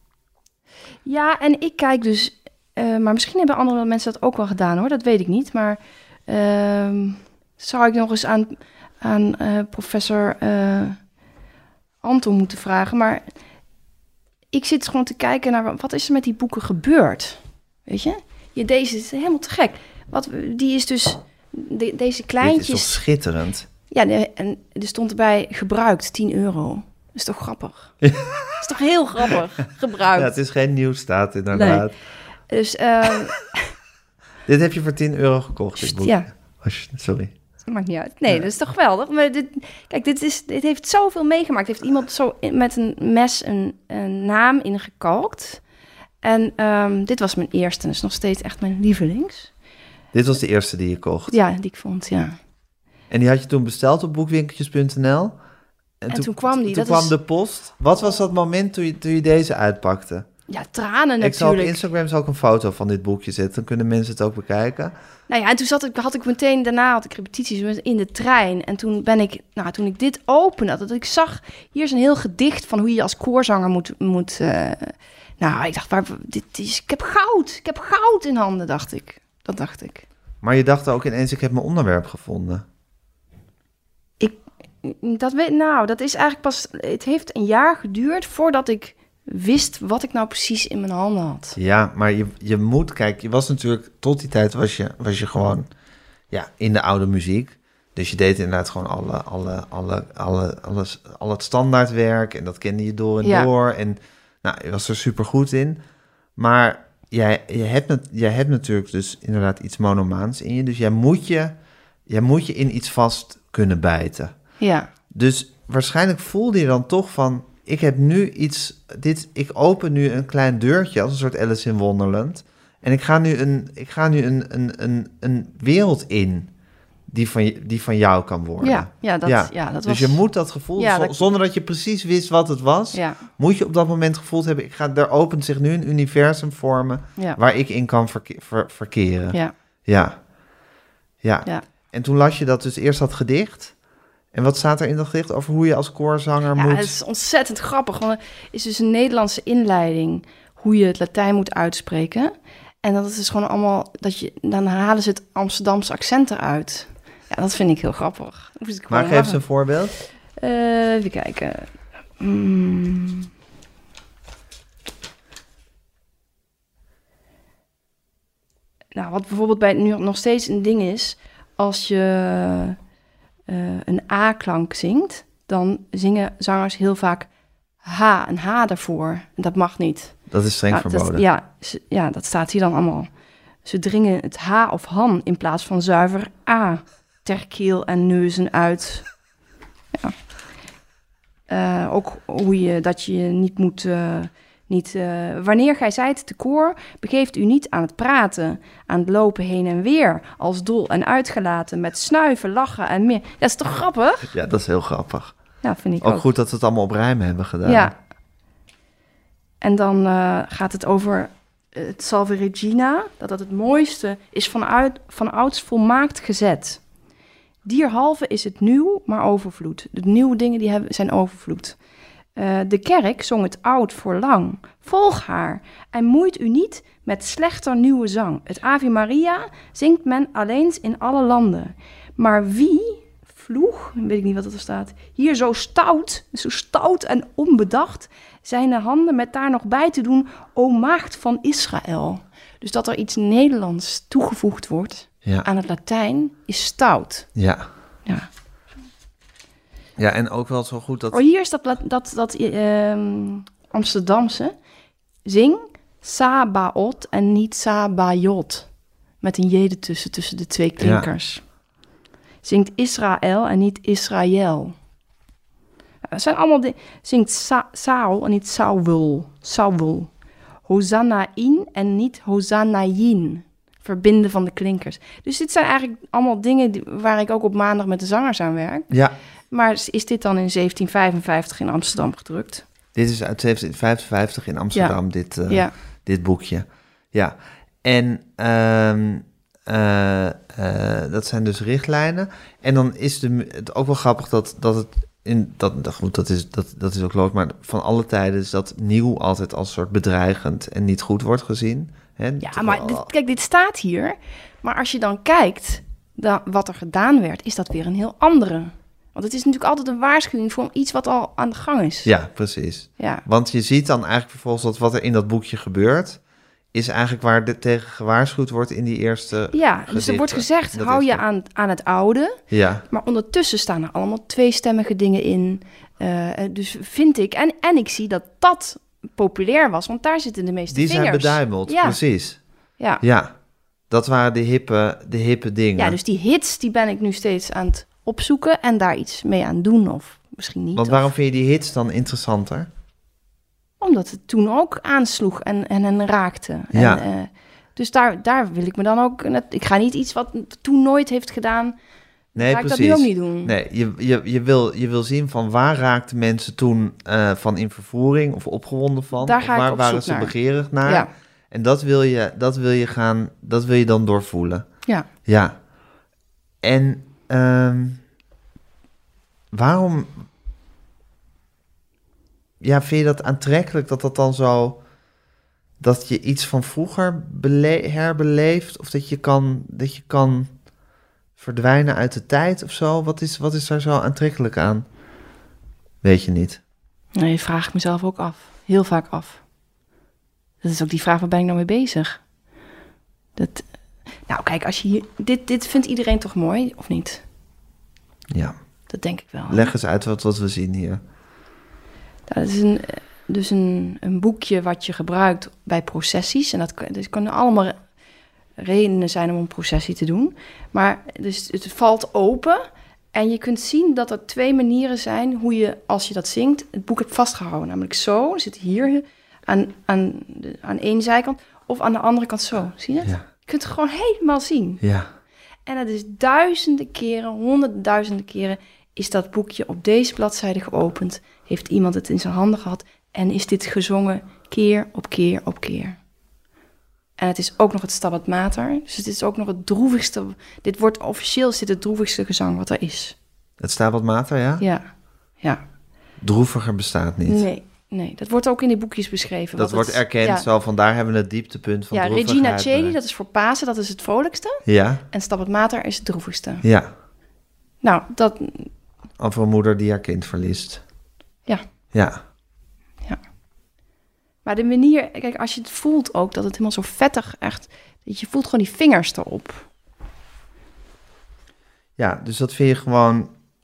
Ja, en ik kijk dus... Uh, maar misschien hebben andere mensen dat ook wel gedaan, hoor. Dat weet ik niet, maar... Uh, zou ik nog eens aan, aan uh, professor uh, Anton moeten vragen. Maar ik zit gewoon te kijken naar... wat is er met die boeken gebeurd? Weet je? je deze is helemaal te gek. Wat, die is dus... De, deze kleintjes... Dit is toch schitterend? Ja, de, en er stond erbij gebruikt tien euro. Dat is toch grappig? Dat is toch heel grappig? Gebruikt. Ja, het is geen nieuwstaat inderdaad. Nee. Dus... Uh, dit heb je voor tien euro gekocht, dit boek? Ja. Sorry. Dat maakt niet uit. Nee, ja. Dat is toch geweldig. Maar dit, kijk, dit, is, dit heeft zoveel meegemaakt. Heeft iemand zo met een mes een, een naam ingekalkt. En um, dit was mijn eerste. En dat is nog steeds echt mijn lievelings. Dit was de eerste die je kocht? Ja, die ik vond, ja. En die had je toen besteld op boekwinkeltjes punt n l? En, en toen, toen kwam die. Toen dat kwam is... de post. Wat was dat moment toen je, toen je deze uitpakte? Ja, tranen natuurlijk. Ik zal op Instagram zal ik een foto van dit boekje zetten. Dan kunnen mensen het ook bekijken. Nou ja, en toen zat ik, had ik meteen, daarna had ik repetities in de trein. En toen ben ik, nou, toen ik dit opende, dat ik zag, hier is een heel gedicht van hoe je als koorzanger moet, moet uh, nou, ik dacht, waar, dit is, ik heb goud, ik heb goud in handen, dacht ik. Dat dacht ik. Maar je dacht ook ineens, ik heb mijn onderwerp gevonden. Ik, dat weet, nou, dat is eigenlijk pas, het heeft een jaar geduurd voordat ik wist wat ik nou precies in mijn handen had. Ja, maar je, je moet, kijk, je was natuurlijk, tot die tijd was je, was je gewoon, ja, in de oude muziek. Dus je deed inderdaad gewoon alle, alle, alle, alle, alles, al het standaardwerk en dat kende je door en ja. door. En nou, je was er super goed in. Maar jij, je hebt, jij hebt natuurlijk dus inderdaad iets monomaans in je. Dus jij moet je, jij moet je in iets vast kunnen bijten. Ja. Dus waarschijnlijk voelde je dan toch van, ik heb nu iets, dit, ik open nu een klein deurtje als een soort Alice in Wonderland. En ik ga nu een, ik ga nu een, een, een, een wereld in die van, die van jou kan worden. Ja, ja, dat, ja. ja dat dus was... je moet dat gevoel, ja, z- dat... zonder dat je precies wist wat het was, ja. moet je op dat moment gevoeld hebben, ik ga, er opent zich nu een universum vormen ja. waar ik in kan verke- ver, verkeren. Ja. Ja. ja. Ja. En toen las je dat dus eerst dat gedicht. En wat staat er in dat gedicht over hoe je als koorzanger ja, moet... Ja, het is ontzettend grappig. Want het is dus een Nederlandse inleiding hoe je het Latijn moet uitspreken. En dat is dus gewoon allemaal... dat je dan halen ze het Amsterdamse accent eruit. Ja, dat vind ik heel grappig. Ik maar geef eens een voorbeeld. Uh, even kijken. Mm. Nou, wat bijvoorbeeld bij nu nog steeds een ding is... als je... Uh, een A-klank zingt, dan zingen zangers heel vaak H, een H daarvoor. En dat mag niet. Dat is streng ja, verboden. Dat, ja, ja, dat staat hier dan allemaal. Ze dringen het H of han in plaats van zuiver A ter keel en neuzen uit. Ja. Uh, ook hoe je dat je niet moet... Uh, Niet, uh, wanneer gij zijt te koor, begeeft u niet aan het praten, aan het lopen heen en weer, als dol en uitgelaten, met snuiven, lachen en meer. Dat is toch grappig? Ja, dat is heel grappig. Ja, vind ik Ook, ook. goed dat we het allemaal op rijm hebben gedaan. Ja. En dan uh, gaat het over het Salve Regina, dat dat het mooiste is vanuit, van ouds volmaakt gezet. Dierhalve is het nieuw, maar overvloed. De nieuwe dingen die hebben, zijn overvloed. Uh, de kerk zong het oud voor lang. Volg haar en moeit u niet met slechter nieuwe zang. Het Ave Maria zingt men alleen in alle landen. Maar wie vloeg, weet ik niet wat er staat, hier zo stout, zo stout en onbedacht, zijn de handen met daar nog bij te doen, o maagd van Israël. Dus dat er iets Nederlands toegevoegd wordt ja. aan het Latijn is stout. Ja. Ja. Ja, en ook wel zo goed dat... Oh, hier is dat, dat, dat uh, Amsterdamse. Zing Sabaot en niet Sabayot. Met een j ertussen, tussen de twee klinkers. Ja. Zingt Israël en niet Israël. Dat zijn allemaal dingen. Zingt sa- Saul en niet Saul. Saul. Hosanna-in en niet Hosanna-yin. Verbinden van de klinkers. Dus dit zijn eigenlijk allemaal dingen die, waar ik ook op maandag met de zangers aan werk. Ja. Maar is dit dan in zeventien vijfenvijftig in Amsterdam gedrukt? Dit is uit zeventien vijfenvijftig in Amsterdam, ja. dit, uh, ja. dit boekje. Ja, en um, uh, uh, dat zijn dus richtlijnen. En dan is de, het ook wel grappig dat, dat het... In, dat, dat, goed, dat, is, dat, dat is ook logisch, maar van alle tijden is dat nieuw altijd als soort bedreigend en niet goed wordt gezien. Hè? Ja, maar dit, kijk, dit staat hier. Maar als je dan kijkt dan, wat er gedaan werd, is dat weer een heel andere. Want het is natuurlijk altijd een waarschuwing voor iets wat al aan de gang is. Ja, precies. Ja. Want je ziet dan eigenlijk vervolgens dat wat er in dat boekje gebeurt, is eigenlijk waar de tegen gewaarschuwd wordt in die eerste Ja, gedichten. dus er wordt gezegd, hou je aan, aan het oude. Ja. Maar ondertussen staan er allemaal tweestemmige dingen in. Uh, dus vind ik, en, en ik zie dat dat populair was, want daar zitten de meeste die vingers. Die zijn beduimeld, ja. precies. Ja. Ja, dat waren de hippe, de hippe dingen. Ja, dus die hits, die ben ik nu steeds aan het opzoeken en daar iets mee aan doen of misschien niet. Want of... waarom vind je die hits dan interessanter? Omdat het toen ook aansloeg en, en, en raakte. Ja. En, uh, dus daar, daar wil ik me dan ook... Ik ga niet iets wat toen nooit heeft gedaan... Nee, ga precies. ik dat nu ook niet doen. Nee, je, je, je, wil, je wil zien van waar raakten mensen toen uh, van in vervoering of opgewonden van. Daar ga of waar ik op waren zoek ze naar. begeerig naar. Ja. En dat wil je, dat wil je gaan, dat wil je dan doorvoelen. Ja. Ja. En um, waarom... Ja, vind je dat aantrekkelijk dat dat dan zo... dat je iets van vroeger bele- herbeleeft... of dat je kan, dat je kan verdwijnen uit de tijd of zo? Wat is, wat is daar zo aantrekkelijk aan? Weet je niet. Nee, vraag ik mezelf ook af. Heel vaak af. Dat is ook die vraag, waar ben ik nou mee bezig? Dat, nou, kijk, als je hier... Dit, dit vindt iedereen toch mooi, of niet? Ja. Dat denk ik wel. Leg eens uit wat, wat we zien hier. Dat is een, dus een, een boekje wat je gebruikt bij processies. En dat, dat kunnen allemaal redenen zijn om een processie te doen. Maar dus het valt open en je kunt zien dat er twee manieren zijn... hoe je, als je dat zingt, het boek hebt vastgehouden. Namelijk zo, zit hier aan, aan, de, aan één zijkant... of aan de andere kant zo. Zie je het? Ja. Je kunt het gewoon helemaal zien. Ja. En dat is duizenden keren, honderdduizenden keren... is dat boekje op deze bladzijde geopend... heeft iemand het in zijn handen gehad... en is dit gezongen keer op keer op keer. En het is ook nog het Stabat Mater. Dus het is ook nog het droevigste... Dit wordt officieel is dit het droevigste gezang wat er is. Het Stabat Mater, ja? Ja, ja. Droeviger bestaat niet. Nee, nee. Dat wordt ook in die boekjes beschreven. Dat wordt het, erkend, ja. zo vandaar hebben we het dieptepunt van ja, droevigheid. Regina Coeli, dat is voor Pasen, dat is het vrolijkste. Ja. En Stabat Mater is het droevigste. Ja. Nou, dat... Over een moeder die haar kind verliest. Ja. Ja. Ja. Maar de manier... Kijk, als je het voelt ook, dat het helemaal zo vettig echt... Dat je voelt gewoon die vingers erop. Ja, dus dat vind je gewoon...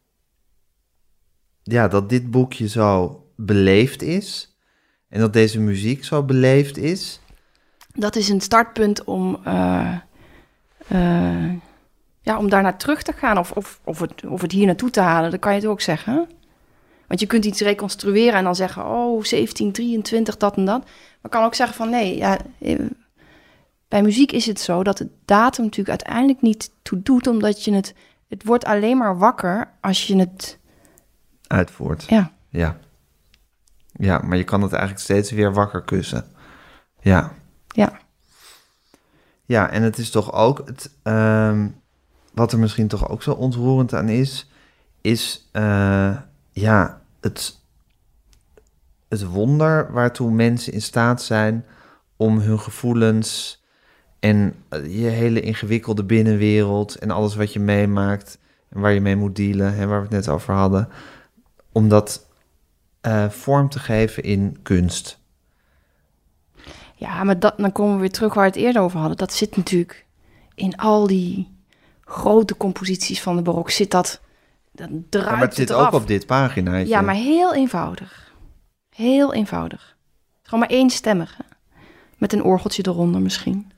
Ja, dat dit boekje zo beleefd is. En dat deze muziek zo beleefd is. Dat is een startpunt om... Uh, uh, ja, om daarnaar terug te gaan. Of, of, of, het, of het hier naartoe te halen. Dat kan je het ook zeggen. Want je kunt iets reconstrueren en dan zeggen... oh, zeventien drieëntwintig, dat en dat. Maar kan ook zeggen van... nee, ja, bij muziek is het zo... dat de datum natuurlijk uiteindelijk niet toe doet... omdat je het... Het wordt alleen maar wakker als je het uitvoert. Ja. Ja. Ja, maar je kan het eigenlijk steeds weer wakker kussen. Ja. Ja. Ja, en het is toch ook... Het, um, wat er misschien toch ook zo ontroerend aan is... is uh, ja, het, het wonder waartoe mensen in staat zijn... om hun gevoelens en je hele ingewikkelde binnenwereld... en alles wat je meemaakt en waar je mee moet dealen... Hè, waar we het net over hadden... om dat uh, vorm te geven in kunst. Ja, maar dat, dan komen we weer terug waar we het eerder over hadden. Dat zit natuurlijk in al die grote composities van de barok. Zit dat, dat druipt ja, maar het zit eraf. ook op dit paginaatje. Ja, maar heel eenvoudig. Heel eenvoudig. Gewoon maar éénstemmig. Hè? Met een orgeltje eronder misschien.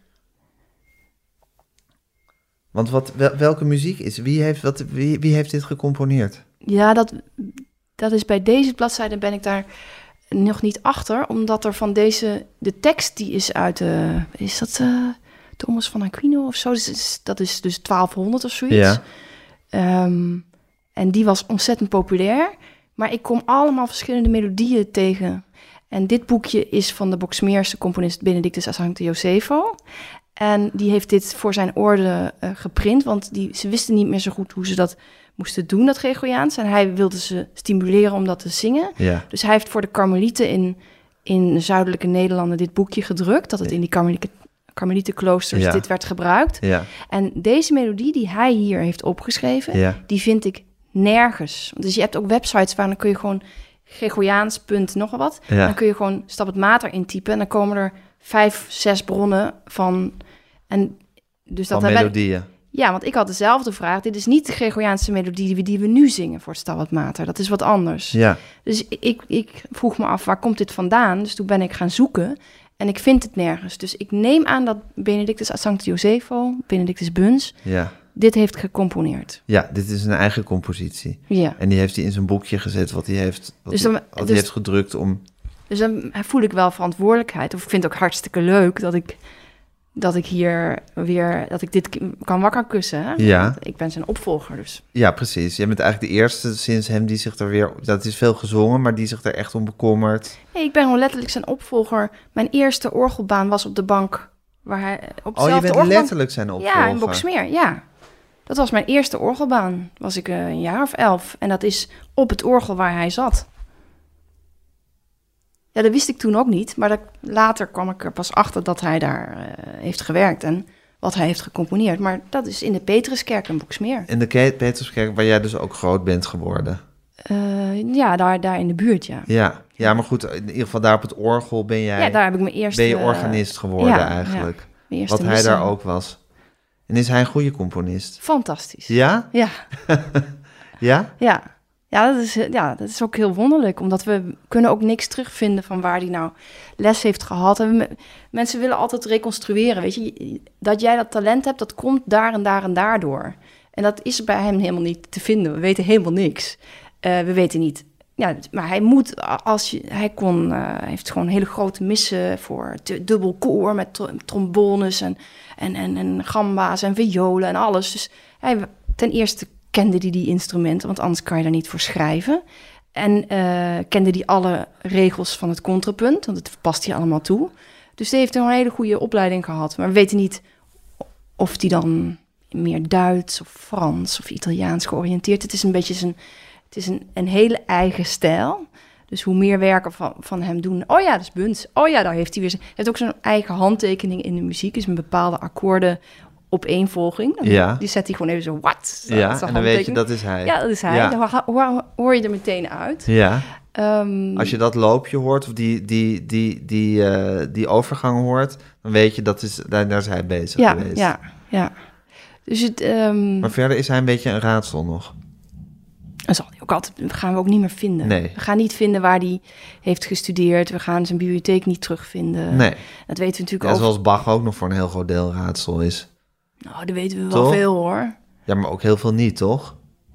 Want wat, wel, welke muziek is? Wie heeft, wat, wie, wie heeft dit gecomponeerd? Ja, dat, dat is bij deze bladzijde ben ik daar nog niet achter. Omdat er van deze... De tekst die is uit de... Is dat uh, Thomas van Aquino of zo? Dat is, dat is dus twaalfhonderd of zoiets. Ja. Um, en die was ontzettend populair. Maar ik kom allemaal verschillende melodieën tegen. En dit boekje is van de Boxmeerse componist Benedictus Assancte Josepho. En die heeft dit voor zijn orde uh, geprint, want die, ze wisten niet meer zo goed hoe ze dat moesten doen, dat Gregoriaans. En hij wilde ze stimuleren om dat te zingen. Ja. Dus hij heeft voor de Karmelieten in, in de zuidelijke Nederlanden dit boekje gedrukt, dat het in die Karmelieten, Karmelietenkloosters ja. dit werd gebruikt. Ja. En deze melodie die hij hier heeft opgeschreven, ja. die vind ik nergens. Dus je hebt ook websites waar dan kun je gewoon Gregoriaans punt nog wat. Ja. Dan kun je gewoon Stap het Mater intypen en dan komen er vijf, zes bronnen van... En dus dat van melodieën. Ben, ja, want ik had dezelfde vraag. Dit is niet de Gregoriaanse melodie die we, die we nu zingen voor Stap het Mater. Dat is wat anders. Ja. Dus ik, ik vroeg me af, waar komt dit vandaan? Dus toen ben ik gaan zoeken en ik vind het nergens. Dus ik neem aan dat Benedictus Assancte Josepho, Benedictus Buns... Ja. dit heeft gecomponeerd. Ja, dit is een eigen compositie. Ja. En die heeft hij in zijn boekje gezet, wat hij heeft, wat dus dan, hij, wat dus, hij heeft gedrukt om... Dus dan voel ik wel verantwoordelijkheid. Of ik vind het ook hartstikke leuk dat ik, dat ik hier weer, dat ik dit kan wakker kussen. Hè? Ja. Ik ben zijn opvolger dus. Ja, precies. Je bent eigenlijk de eerste sinds hem die zich er weer, dat is veel gezongen, maar die zich er echt om bekommert. Nee, ik ben gewoon letterlijk zijn opvolger. Mijn eerste orgelbaan was op de bank waar hij op Oh, je bent orgelbank... letterlijk zijn opvolger? Ja, in Boxmeer, ja. Dat was mijn eerste orgelbaan. Was ik uh, een jaar of elf. En dat is op het orgel waar hij zat. Ja, dat wist ik toen ook niet. Maar dat, later kwam ik er pas achter dat hij daar uh, heeft gewerkt. En wat hij heeft gecomponeerd. Maar dat is in de Petruskerk in Boxmeer. In de Petruskerk, waar jij dus ook groot bent geworden. Uh, ja, daar, daar in de buurt, ja. ja. Ja, maar goed, in ieder geval daar op het orgel ben jij... Ja, daar heb ik mijn eerste... Ben je organist geworden ja, eigenlijk. Ja, wat hij daar ook was. En is hij een goede componist? Fantastisch. Ja? Ja. ja? Ja. Ja dat, is, ja, dat is ook heel wonderlijk. Omdat we kunnen ook niks terugvinden van waar hij nou les heeft gehad. En we, mensen willen altijd reconstrueren, weet je. Dat jij dat talent hebt, dat komt daar en daar en daardoor. En dat is bij hem helemaal niet te vinden. We weten helemaal niks. Uh, we weten niet... Ja, maar hij moet, als je, hij kon, uh, heeft gewoon hele grote missen voor t- dubbel koor met tr- trombones en, en, en, en gamba's en violen en alles. Dus hij, ten eerste kende hij die instrumenten, want anders kan je daar niet voor schrijven. En uh, kende hij alle regels van het contrapunt, want dat past hij allemaal toe. Dus hij heeft een hele goede opleiding gehad. Maar we weten niet of hij dan meer Duits of Frans of Italiaans georiënteerd. Het is een beetje zijn... Het is een, een hele eigen stijl. Dus hoe meer werken van, van hem doen... Oh ja, dat is Buns. Oh ja, daar heeft hij weer... Hij heeft ook zijn eigen handtekening in de muziek. Dus met bepaalde akkoorden opeenvolging. Ja. Die zet hij gewoon even zo... Wat? Ja, en dan weet je, dat is hij. Ja, dat is hij. Ja. Dan hoor, hoor je er meteen uit. Ja. Um, Als je dat loopje hoort, of die, die, die, die, uh, die overgang hoort... dan weet je, dat is, daar, daar is hij bezig ja, geweest. Ja, ja. Dus het... Um, maar verder is hij een beetje een raadsel nog. Dat zal hij ook altijd, gaan we ook niet meer vinden. Nee. We gaan niet vinden waar hij heeft gestudeerd. We gaan zijn bibliotheek niet terugvinden. Nee. Dat weten we natuurlijk ja, ook. Zoals Bach ook nog voor een heel groot deel raadsel is. Nou, dat weten we toch? wel veel, hoor. Ja, maar ook heel veel niet, toch?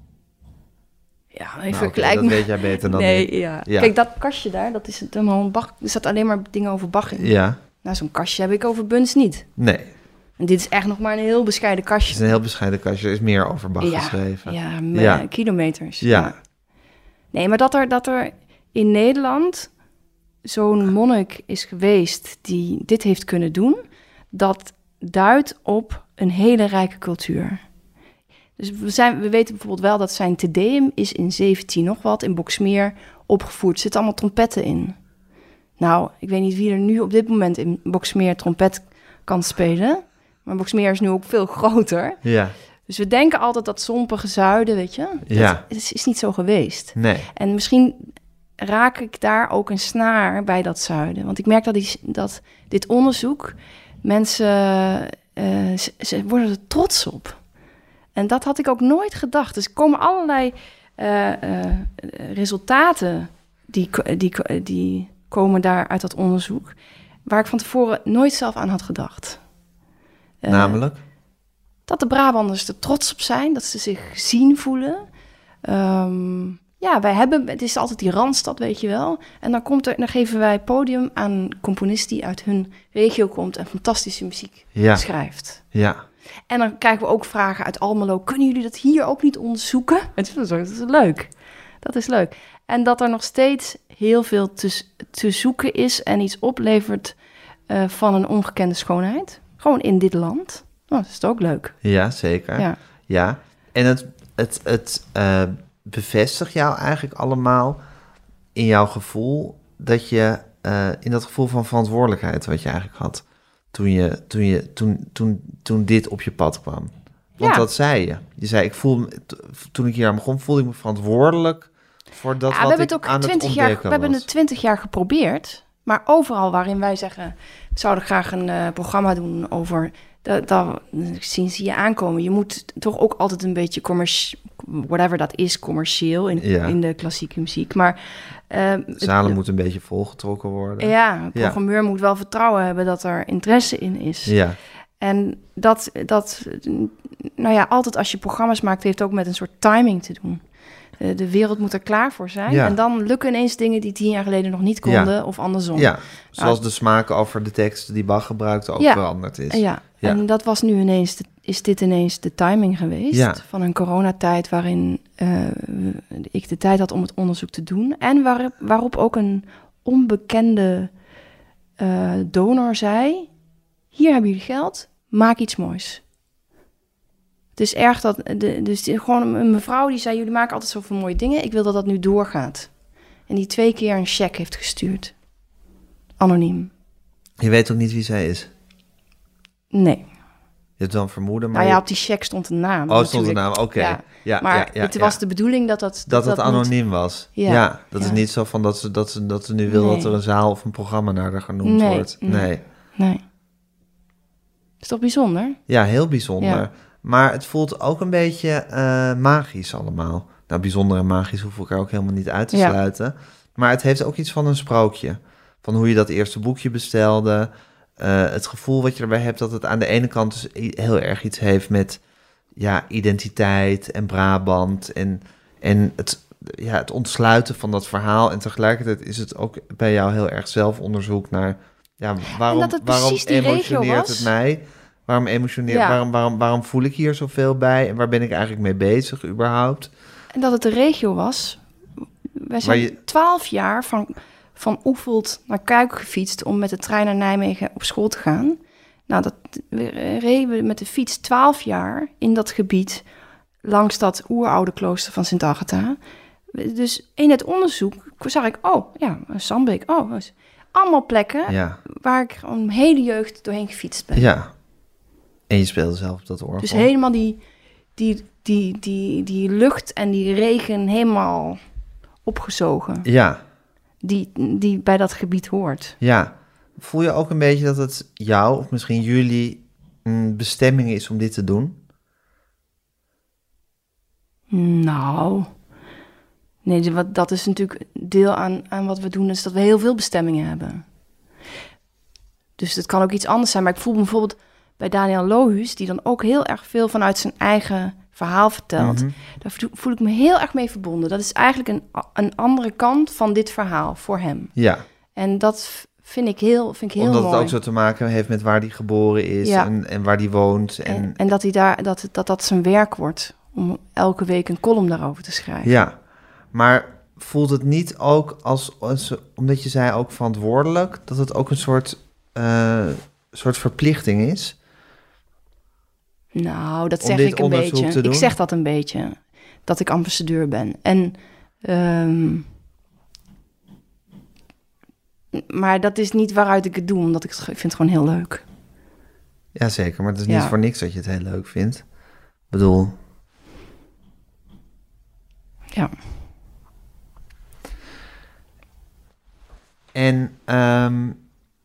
Ja, even nou, vergelijken. Okay, dat weet jij beter dan nee, ik. Ja. ja. Kijk, dat kastje daar, dat is helemaal Bach. Er staat alleen maar dingen over Bach in. Ja. Nou, zo'n kastje heb ik over Buns niet. Nee. En dit is echt nog maar een heel bescheiden kastje. Het is een heel bescheiden kastje. Er is meer over Bach ja, geschreven. Ja, ja. kilometers. Ja. ja. Nee, maar dat er, dat er in Nederland zo'n monnik is geweest die dit heeft kunnen doen, dat duidt op een hele rijke cultuur. Dus we, zijn, we weten bijvoorbeeld wel dat zijn Te Deum is in zeventien nog wat in Boxmeer opgevoerd. Er zitten allemaal trompetten in. Nou, ik weet niet wie er nu op dit moment in Boxmeer trompet kan spelen. Maar Boxmeer is nu ook veel groter. Ja. Dus we denken altijd dat sompige zuiden, weet je. Ja. Dat is, is niet zo geweest. Nee. En misschien raak ik daar ook een snaar bij dat zuiden. Want ik merk dat, die, dat dit onderzoek, mensen uh, ze, ze worden er trots op. En dat had ik ook nooit gedacht. Dus er komen allerlei uh, uh, resultaten die, die, die komen daar uit dat onderzoek, waar ik van tevoren nooit zelf aan had gedacht. Uh, Namelijk? Dat de Brabanders er trots op zijn, dat ze zich gezien voelen. Um, ja, wij hebben, het is altijd die Randstad, weet je wel. En dan, komt er, dan geven wij podium aan een componist die uit hun regio komt en fantastische muziek ja. schrijft. Ja. En dan krijgen we ook vragen uit Almelo. Kunnen jullie dat hier ook niet onderzoeken? Dat is, dat is leuk. Dat is leuk. En dat er nog steeds heel veel te, te zoeken is en iets oplevert uh, van een ongekende schoonheid. Gewoon in dit land. Oh, dat is ook leuk. Ja, zeker. Ja. ja. En het, het, het uh, bevestigt jou eigenlijk allemaal in jouw gevoel dat je uh, in dat gevoel van verantwoordelijkheid wat je eigenlijk had toen je toen je toen toen toen dit op je pad kwam. Want ja. dat zei je. Je zei ik voel toen ik hier aan begon voelde ik me verantwoordelijk voor dat ja, wat we ik het ook aan het ontdekken jaar, was. We hebben het twintig jaar geprobeerd, maar overal waarin wij zeggen we zouden graag een uh, programma doen over dat, dat zien ze je aankomen. Je moet toch ook altijd een beetje commercieel, whatever dat is, commercieel in, ja. in de klassieke muziek. Maar uh, zalen het, moeten een beetje volgetrokken worden. Ja, een programmeur ja. moet wel vertrouwen hebben dat er interesse in is. Ja. En dat, dat, nou ja, altijd als je programma's maakt, heeft ook met een soort timing te doen. De wereld moet er klaar voor zijn. Ja. En dan lukken ineens dingen die tien jaar geleden nog niet konden, ja. of andersom. Ja, zoals nou, de smaak over de teksten die Bach gebruikte ook ja. veranderd is. Ja. ja, en dat was nu ineens, de, is dit ineens de timing geweest ja. van een coronatijd waarin uh, ik de tijd had om het onderzoek te doen. En waar, waarop ook een onbekende uh, donor zei, hier hebben jullie geld, maak iets moois. Het is erg dat, de, dus die, gewoon een mevrouw die zei, jullie maken altijd zoveel mooie dingen. Ik wil dat dat nu doorgaat. En die twee keer een cheque heeft gestuurd. Anoniem. Je weet ook niet wie zij is? Nee. Je hebt wel een vermoeden, maar... Nou ja, je... op die cheque stond een naam. Oh, stond een naam, oké. Okay. Ja. Ja, maar ja, ja, het ja. was de bedoeling dat dat... Dat, dat het dat anoniem niet... was. Ja, ja dat ja. is niet zo van dat ze, dat ze, dat ze nu wil nee. dat er een zaal of een programma naar haar genoemd nee, wordt. Nee. Nee. nee. Is toch bijzonder? Ja, heel bijzonder. Ja. Maar het voelt ook een beetje uh, magisch allemaal. Nou, bijzonder en magisch hoef ik er ook helemaal niet uit te ja. sluiten. Maar het heeft ook iets van een sprookje. Van hoe je dat eerste boekje bestelde. Uh, het gevoel wat je erbij hebt dat het aan de ene kant dus heel erg iets heeft met ja, identiteit en Brabant. En, en het, ja, het ontsluiten van dat verhaal. En tegelijkertijd is het ook bij jou heel erg zelfonderzoek naar... Ja, waarom, het waarom emotioneert het mij? Waarom emotioneert, ja. waarom, waarom, waarom voel ik hier zoveel bij? En waar ben ik eigenlijk mee bezig überhaupt? En dat het de regio was. Wij zijn twaalf je... jaar van, van Oefeld naar Kuik gefietst om met de trein naar Nijmegen op school te gaan. Nou, dat we reden we met de fiets twaalf jaar in dat gebied langs dat oeroude klooster van Sint Agatha. Dus in het onderzoek zag ik, oh ja, Sambeek, oh, allemaal plekken ja. waar ik gewoon mijn hele jeugd doorheen gefietst ben. Ja. En je speelde zelf op dat orgel. Dus helemaal die, die, die, die, die lucht en die regen helemaal opgezogen. Ja. Die, die bij dat gebied hoort. Ja. Voel je ook een beetje dat het jou, of misschien jullie, een bestemming is om dit te doen? Nou... Nee, dat is natuurlijk deel aan, aan wat we doen, is dat we heel veel bestemmingen hebben. Dus het kan ook iets anders zijn. Maar ik voel me bijvoorbeeld bij Daniel Lohuus, die dan ook heel erg veel vanuit zijn eigen verhaal vertelt. Mm-hmm. Daar voel ik me heel erg mee verbonden. Dat is eigenlijk een, een andere kant van dit verhaal voor hem. Ja. En dat vind ik heel, vind ik heel Omdat mooi. het ook zo te maken heeft met waar hij geboren is ja. en, en waar hij woont. En... En, en dat, hij daar, dat, dat dat zijn werk wordt om elke week een column daarover te schrijven. Ja, maar voelt het niet ook als, als... Omdat je zei ook verantwoordelijk... dat het ook een soort, uh, soort verplichting is? Nou, dat Om zeg dit ik een onderzoek beetje. te doen? Ik zeg dat een beetje. Dat ik ambassadeur ben. En... Um, maar dat is niet waaruit ik het doe, omdat ik het, ik vind het gewoon heel leuk. Jazeker, maar het is niet Ja. voor niks dat je het heel leuk vindt. Ik bedoel... Ja. En... Um,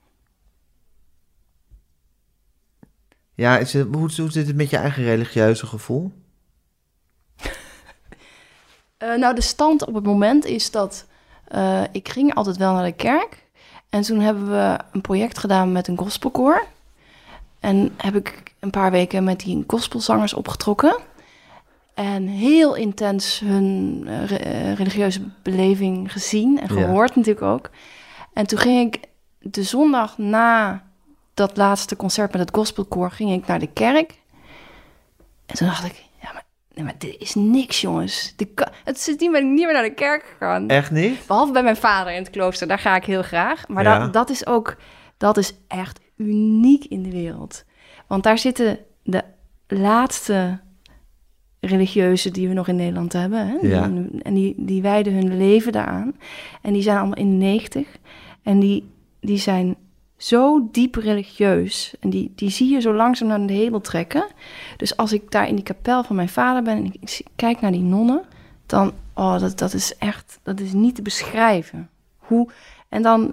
ja, is het, hoe, hoe zit het met je eigen religieuze gevoel? Uh, nou, de stand op het moment is dat... Uh, ik ging altijd wel naar de kerk. En toen hebben we een project gedaan met een gospelkoor. En heb ik een paar weken met die gospelzangers opgetrokken. En heel intens hun uh, re- religieuze beleving gezien en gehoord ja. natuurlijk ook. En toen ging ik de zondag na dat laatste concert met het gospelkoor... ging ik naar de kerk. En toen dacht ik... Nee, maar dit is niks, jongens. De ka- het sindsdien ben ik niet meer naar de kerk gegaan. Echt niet? Behalve bij mijn vader in het klooster. Daar ga ik heel graag. Maar ja. dat, dat is ook... Dat is echt uniek in de wereld. Want daar zitten de laatste religieuzen die we nog in Nederland hebben. Hè? Ja. En die, die wijden hun leven daaraan. En die zijn allemaal in de negentig. En die, die zijn... zo diep religieus. En die, die zie je zo langzaam naar de hemel trekken. Dus als ik daar in die kapel van mijn vader ben... en ik, ik kijk naar die nonnen... dan, oh, dat, dat is echt... dat is niet te beschrijven. Hoe... En dan...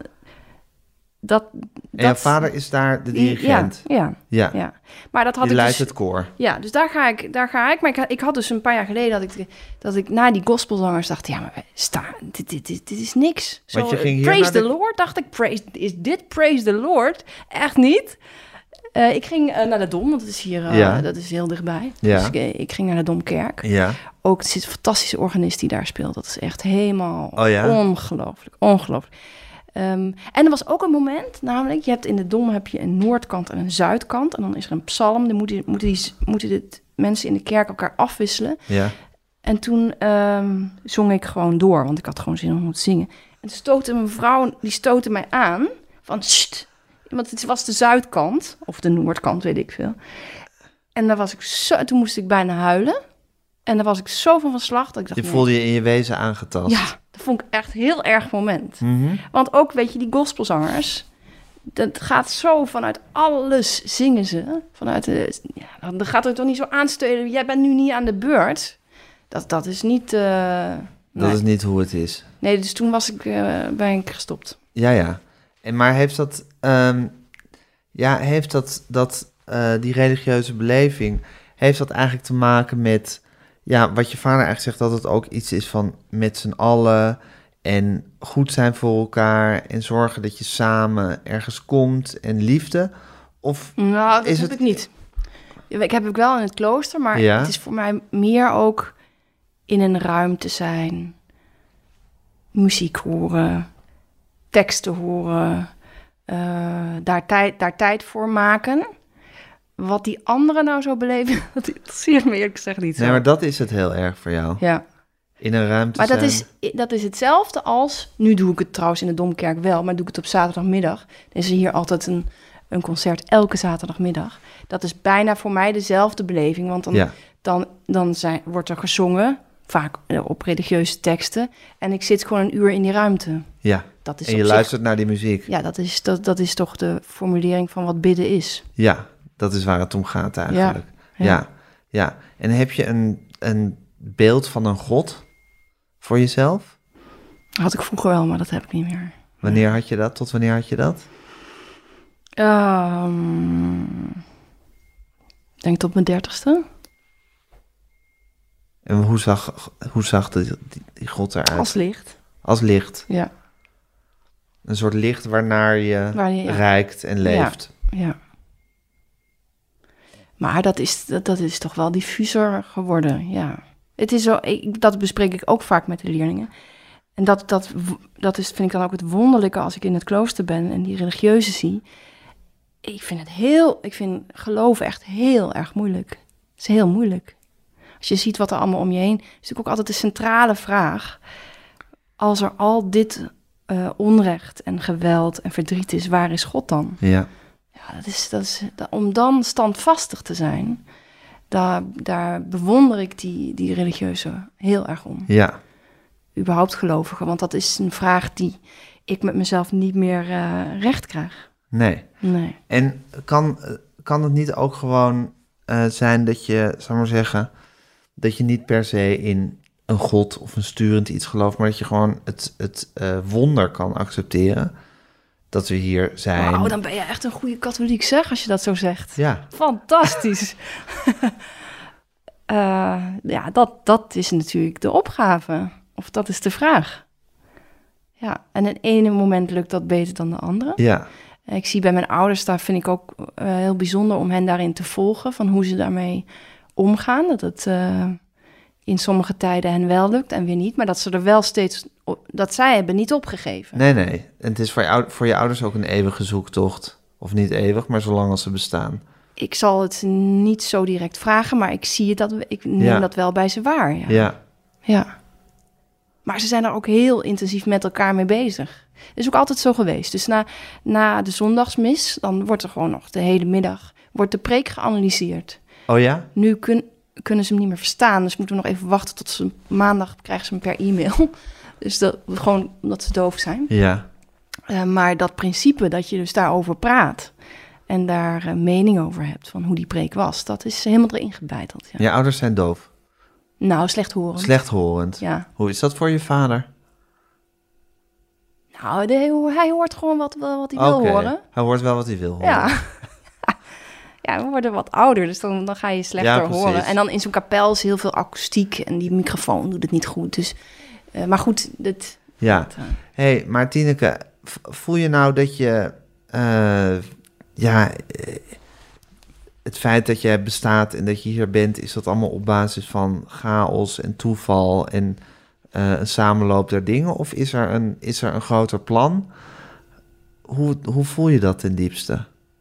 Dat, en jouw vader is daar de dirigent? Ja, ja, ja. ja. Maar dat had die ik leidt dus, het koor? Ja, dus daar ga ik. Daar ga ik. Maar ik, ik had dus een paar jaar geleden... dat ik, dat ik na die gospelzangers dacht... ja, maar sta, dit, dit, dit, dit is niks. Zo, Want je ging hier praise the de... Lord, dacht ik. Praise, is dit praise the Lord? Echt niet. Uh, ik ging uh, naar de Dom, want dat is hier uh, ja. dat is heel dichtbij. Ja. Dus ik, ik ging naar de Domkerk. Ja. Ook, er zit een fantastische organist die daar speelt. Dat is echt helemaal oh, ja? ongelooflijk. Ongelooflijk. Um, en er was ook een moment, namelijk, je hebt in de Dom heb je een noordkant en een zuidkant. En dan is er een psalm, dan moeten, moeten, die, moeten de mensen in de kerk elkaar afwisselen. Ja. En toen um, zong ik gewoon door, want ik had gewoon zin om te zingen. En toen stootte een vrouw, die stootte mij aan, van sst, want het was de zuidkant, of de noordkant, weet ik veel. En daar was ik zo, toen moest ik bijna huilen. En daar was ik zo van van slag dat ik dacht... Je voelde nee. je in je wezen aangetast. Ja, dat vond ik echt een heel erg moment. Mm-hmm. Want ook, weet je, die gospelzangers... dat gaat zo vanuit alles zingen ze. Vanuit de... Ja, dan gaat het toch niet zo aansteunen. Jij bent nu niet aan de beurt. Dat, dat is niet... Uh, dat nee. is niet hoe het is. Nee, dus toen was ik, uh, ben ik gestopt. Ja, ja. En maar heeft dat... Um, ja, heeft dat... dat uh, die religieuze beleving... heeft dat eigenlijk te maken met... Ja, wat je vader eigenlijk zegt, dat het ook iets is van met z'n allen en goed zijn voor elkaar en zorgen dat je samen ergens komt en liefde? Of nou, dat is heb het... ik niet. Ik heb ik wel in het klooster, maar ja? het is voor mij meer ook in een ruimte zijn, muziek horen, teksten horen, uh, daar, tijd, daar tijd voor maken. Wat die anderen nou zo beleven, dat interesseert me eerlijk gezegd niet zo. Nee, maar dat is het heel erg voor jou. Ja. In een ruimte maar zijn. dat is, dat is hetzelfde als... Nu doe ik het trouwens in de Domkerk wel, maar doe ik het op zaterdagmiddag. Er is hier altijd een, een concert elke zaterdagmiddag. Dat is bijna voor mij dezelfde beleving. Want dan, ja. dan, dan zijn, wordt er gezongen, vaak op religieuze teksten. En ik zit gewoon een uur in die ruimte. Ja, dat is en je zich, luistert naar die muziek. Ja, dat is, dat, dat is toch de formulering van wat bidden is. Ja, dat is waar het om gaat eigenlijk. Ja, ja. ja, ja. En heb je een, een beeld van een god voor jezelf? Had ik vroeger wel, maar dat heb ik niet meer. Wanneer had je dat? Tot wanneer had je dat? Um, denk tot mijn dertigste. En hoe zag, hoe zag de, die, die god eruit? Als licht. Als licht? Ja. Een soort licht waarnaar je, Waar je ja. reikt en leeft. Ja, ja. Maar dat is, dat, dat is toch wel diffuser geworden, ja. Het is zo, ik, dat bespreek ik ook vaak met de leerlingen. En dat, dat, dat is, vind ik dan ook het wonderlijke als ik in het klooster ben en die religieuzen zie. Ik vind het heel, ik vind geloven echt heel erg moeilijk. Het is heel moeilijk. Als je ziet wat er allemaal om je heen... is natuurlijk ook altijd de centrale vraag. als er al dit uh, onrecht en geweld en verdriet is, waar is God dan? Ja. Ja, dat is, dat is, dat, om dan standvastig te zijn, daar, daar bewonder ik die, die religieuze heel erg om. Ja. Überhaupt gelovigen, want dat is een vraag die ik met mezelf niet meer uh, recht krijg. Nee. Nee. En kan, kan het niet ook gewoon uh, zijn dat je, zou ik maar zeggen, dat je niet per se in een god of een sturend iets gelooft, maar dat je gewoon het, het uh, wonder kan accepteren dat we hier zijn. Wauw, dan ben je echt een goede katholiek, zeg, als je dat zo zegt. Ja. Fantastisch. uh, ja, dat, dat is natuurlijk de opgave. Of dat is de vraag. Ja, en in het ene moment lukt dat beter dan de andere. Ja. Ik zie bij mijn ouders, daar vind ik ook uh, heel bijzonder om hen daarin te volgen, van hoe ze daarmee omgaan. Dat het uh, in sommige tijden hen wel lukt en weer niet, maar dat ze er wel steeds, dat zij hebben niet opgegeven. Nee, nee. En het is voor je, voor je ouders ook een eeuwige zoektocht. Of niet eeuwig, maar zolang als ze bestaan. Ik zal het niet zo direct vragen, maar ik zie het dat, ik neem ja. dat wel bij ze waar. Ja. Ja. Ja. Maar ze zijn er ook heel intensief met elkaar mee bezig. Dat is ook altijd zo geweest. Dus na, na de zondagsmis, dan wordt er gewoon nog de hele middag, wordt de preek geanalyseerd. Oh ja? Nu kun, kunnen ze hem niet meer verstaan, dus moeten we nog even wachten tot ze maandag krijgen ze hem per e-mail. Dus dat, gewoon omdat ze doof zijn. Ja. Uh, maar dat principe dat je dus daarover praat en daar uh, mening over hebt van hoe die preek was, dat is helemaal erin gebeiteld. Ja. Je ouders zijn doof? Nou, slechthorend. Slechthorend? Ja. Hoe is dat voor je vader? Nou, de, hij hoort gewoon wat, wat hij okay. wil horen. Hij hoort wel wat hij wil horen. Ja. Ja, we worden wat ouder, dus dan, dan ga je slechter ja, horen. En dan in zo'n kapel is heel veel akoestiek en die microfoon doet het niet goed. Dus, uh, maar goed, dit... Ja. Dat, uh... hey, maar Tineke, voel je nou dat je... Uh, ja... Het feit dat jij bestaat en dat je hier bent, is dat allemaal op basis van chaos en toeval en uh, een samenloop der dingen? Of is er een, is er een groter plan? Hoe, hoe voel je dat ten diepste?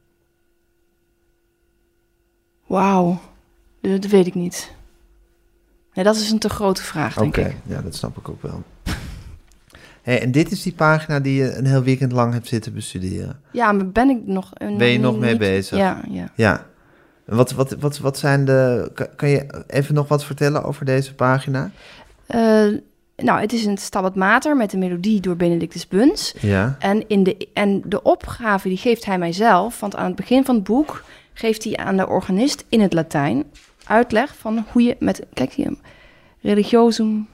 Wauw, dat, dat weet ik niet. Nee, dat is een te grote vraag, denk okay. ik. Oké, ja, dat snap ik ook wel. Hey, en dit is die pagina die je een heel weekend lang hebt zitten bestuderen? Ja, maar ben ik nog... Uh, ben je nog niet, mee niet, bezig? Ja, ja. Ja. Wat, wat, wat, wat zijn de... Kan je even nog wat vertellen over deze pagina? Uh, nou, het is een Stabat Mater met de melodie door Benedictus Buns. Ja. En, in de, en de opgave die geeft hij mijzelf, want aan het begin van het boek geeft hij aan de organist in het Latijn uitleg van hoe je met... Kijk hier, religiosum...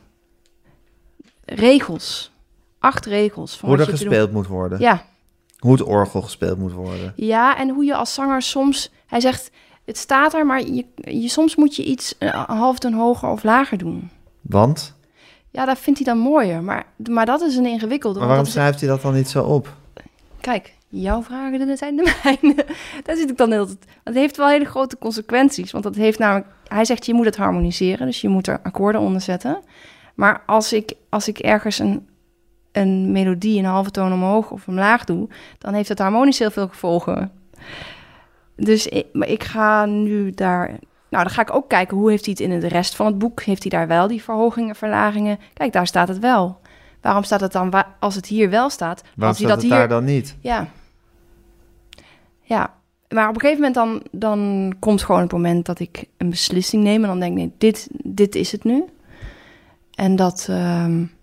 Regels. Acht regels. Van hoe er je gespeeld moet worden. Ja. Hoe het orgel gespeeld moet worden. Ja, en hoe je als zanger soms... Hij zegt, het staat er, maar je, je, soms moet je iets een half toon hoger of lager doen. Want? Ja, dat vindt hij dan mooier. Maar, maar dat is een ingewikkelde. Maar waarom dat schrijft hij dat dan niet zo op? Kijk, jouw vragen dat zijn de mijne. Daar zit ik dan heel... Dat heeft wel hele grote consequenties. Want dat heeft namelijk... Hij zegt, je moet het harmoniseren. Dus je moet er akkoorden onder zetten. Maar als ik, als ik ergens een, een melodie een halve toon omhoog of omlaag doe, dan heeft het harmonisch heel veel gevolgen. Dus ik, maar ik ga nu daar... Nou, dan ga ik ook kijken, hoe heeft hij het in de rest van het boek? Heeft hij daar wel die verhogingen, verlagingen? Kijk, daar staat het wel. Waarom staat het dan, als het hier wel staat? Waarom staat het hier... daar dan niet? Ja. Ja, maar op een gegeven moment dan, dan komt gewoon het moment dat ik een beslissing neem. En dan denk ik, nee, dit, dit is het nu. En dat, um,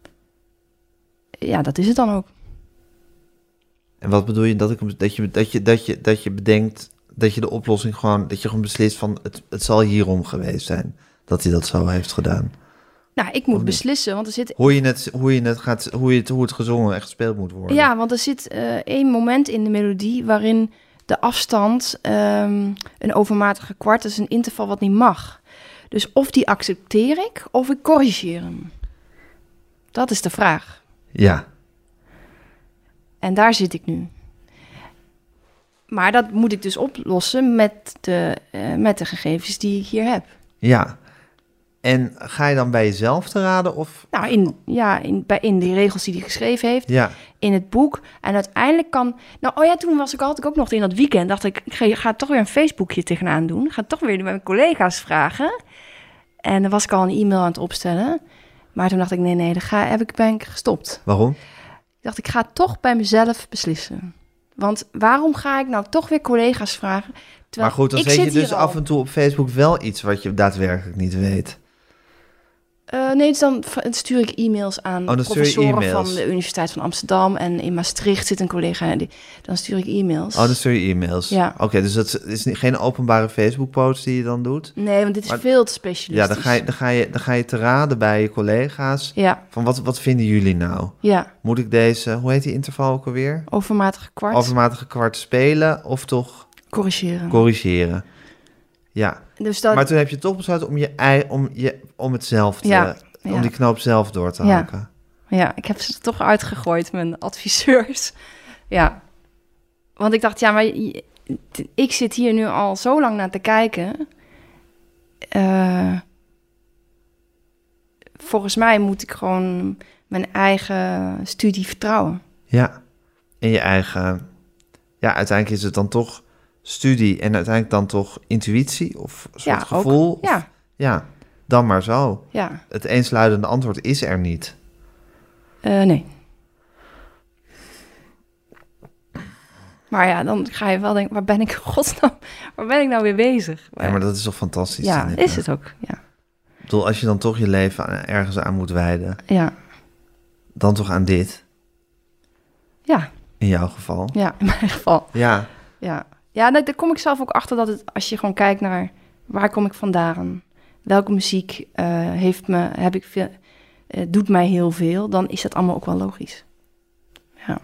ja, dat is het dan ook. En wat bedoel je dat, ik, dat, je, dat, je, dat, je, dat je bedenkt dat je de oplossing gewoon, dat je gewoon beslist van het, het zal hierom geweest zijn dat hij dat zo heeft gedaan? Nou, ik moet beslissen, want er zit... Hoe je het, hoe je het, gaat, hoe je het, hoe het gezongen en gespeeld moet worden. Ja, want er zit uh, één moment in de melodie waarin de afstand um, een overmatige kwart is, een interval wat niet mag. Dus of die accepteer ik, of ik corrigeer hem. Dat is de vraag. Ja. En daar zit ik nu. Maar dat moet ik dus oplossen met de, uh, met de gegevens die ik hier heb. Ja. En ga je dan bij jezelf te raden? Of? Nou, in, ja, in, bij, in die regels die hij geschreven heeft. Ja. In het boek. En uiteindelijk kan... Nou, oh ja, toen was ik altijd ook nog in dat weekend. Dacht ik, ik ga, ga toch weer een Facebookje tegenaan doen. Ik ga toch weer met mijn collega's vragen. En dan was ik al een e-mail aan het opstellen. Maar toen dacht ik, nee, nee, dan ga, heb ik, ben ik gestopt. Waarom? Ik dacht, ik ga toch bij mezelf beslissen. Want waarom ga ik nou toch weer collega's vragen? Maar goed, dan ik weet je zit dus hier af al. en toe op Facebook wel iets wat je daadwerkelijk niet weet. Uh, nee, dus dan v- stuur ik e-mails aan Oh, dan stuur je professoren e-mails. van de Universiteit van Amsterdam. En in Maastricht zit een collega. En die, dan stuur ik e-mails. Oh, dan stuur je e-mails. Ja. Oké, okay, dus dat is niet, geen openbare Facebook-post die je dan doet? Nee, want dit is Maar, veel te specialistisch. Ja, dan ga, je, dan, ga je, dan ga je te raden bij je collega's. Ja. Van wat, wat vinden jullie nou? Ja. Moet ik deze, hoe heet die interval ook alweer? Overmatige kwart. Overmatige kwart spelen of toch corrigeren. corrigeren? Ja. Dus dat, Maar toen heb je toch besloten om, je, ei- om, je, om het zelf te... Ja. Om Ja. die knoop zelf door te Ja. hakken. Ja, ik heb ze er toch uitgegooid, mijn adviseurs. Ja. Want ik dacht, ja, maar je- t- ik zit hier nu al zo lang naar te kijken. Uh, volgens mij moet ik gewoon mijn eigen studie vertrouwen. Ja. In je eigen... Ja, uiteindelijk is het dan toch studie en uiteindelijk dan toch intuïtie of een soort Ja, gevoel. ook. Ja. Of, ja, dan maar zo. Ja. Het eensluidende antwoord is er niet. Uh, nee. Maar ja, dan ga je wel denken, waar ben ik, godsnaam, waar ben ik nou weer bezig? Maar, Ja, maar dat is toch fantastisch? ja, Tineke? is het ook, ja. Ik bedoel, als je dan toch je leven aan- ergens aan moet wijden, Ja, dan toch aan dit, ja, in jouw geval. ja, in mijn geval. Ja, Ja, ja nee, daar kom ik zelf ook achter dat het, als je gewoon kijkt naar waar kom ik vandaan, welke muziek uh, heeft me, heb ik veel, uh, doet mij heel veel, dan is dat allemaal ook wel logisch. Ja.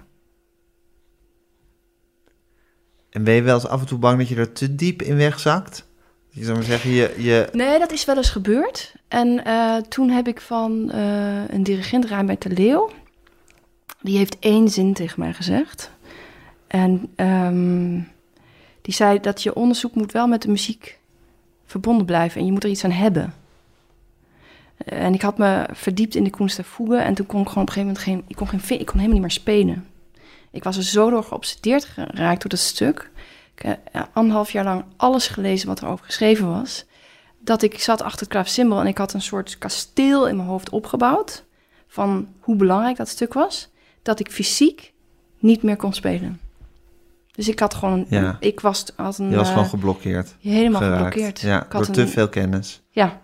en ben je wel eens af en toe bang dat je er te diep in wegzakt? Je zou maar zeggen, je... je... Nee, dat is wel eens gebeurd. En uh, toen heb ik van uh, een dirigent, Reinbert de Leeuw, die heeft één zin tegen mij gezegd. En um, die zei dat je onderzoek moet wel met de muziek verbonden blijven en je moet er iets aan hebben. Uh, en ik had me verdiept in de Kunst der Fuge en toen kon ik gewoon op een gegeven moment geen, ik kon, geen, ik kon helemaal niet meer spelen. Ik was er zo door geobsedeerd geraakt door dat stuk. Ik heb uh, anderhalf jaar lang alles gelezen wat er over geschreven was. Dat ik zat achter het klavecimbal en ik had een soort kasteel in mijn hoofd opgebouwd van hoe belangrijk dat stuk was, dat ik fysiek niet meer kon spelen. Dus ik had gewoon, Ja. ik was, had een... Je was uh, gewoon geblokkeerd. Helemaal geraakt. geblokkeerd. Ja, ik had door te een, veel kennis. Ja.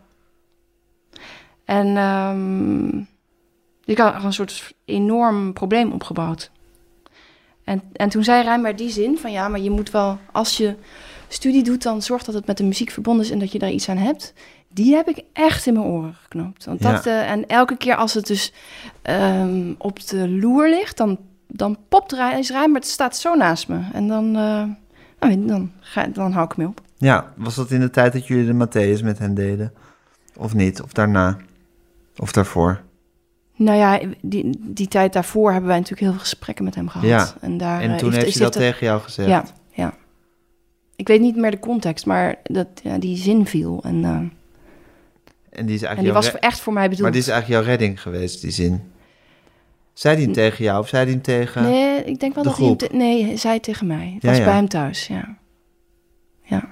En um, ik had een soort enorm probleem opgebouwd. En, en toen zei Rijn maar die zin van ja, maar je moet wel, als je studie doet, dan zorg dat het met de muziek verbonden is en dat je daar iets aan hebt. Die heb ik echt in mijn oren geknoopt. Want dat, Ja. uh, en elke keer als het dus um, op de loer ligt, dan, dan popt Rijn, is Rijn, maar het staat zo naast me. En dan, uh, nou, dan, ga, dan hou ik me op. Ja, was dat in de tijd dat jullie de Matthäus met hen deden? Of niet? Of daarna? Of daarvoor? Nou ja, die, die tijd daarvoor hebben wij natuurlijk heel veel gesprekken met hem gehad. Ja. En, daar, En uh, toen heeft, is hij dat dit tegen jou gezegd? Ja, ja. Ik weet niet meer de context, maar dat, ja, die zin viel. En, uh, En die is eigenlijk en die jouw was re- voor echt voor mij bedoeld. Maar die is eigenlijk jouw redding geweest, die zin. Zei die hem tegen jou of zei die hem tegen... Nee, ik denk wel de dat hij hem... groep? Te, nee, hij zei het tegen mij. Het Ja, was ja. bij hem thuis, ja. Ja.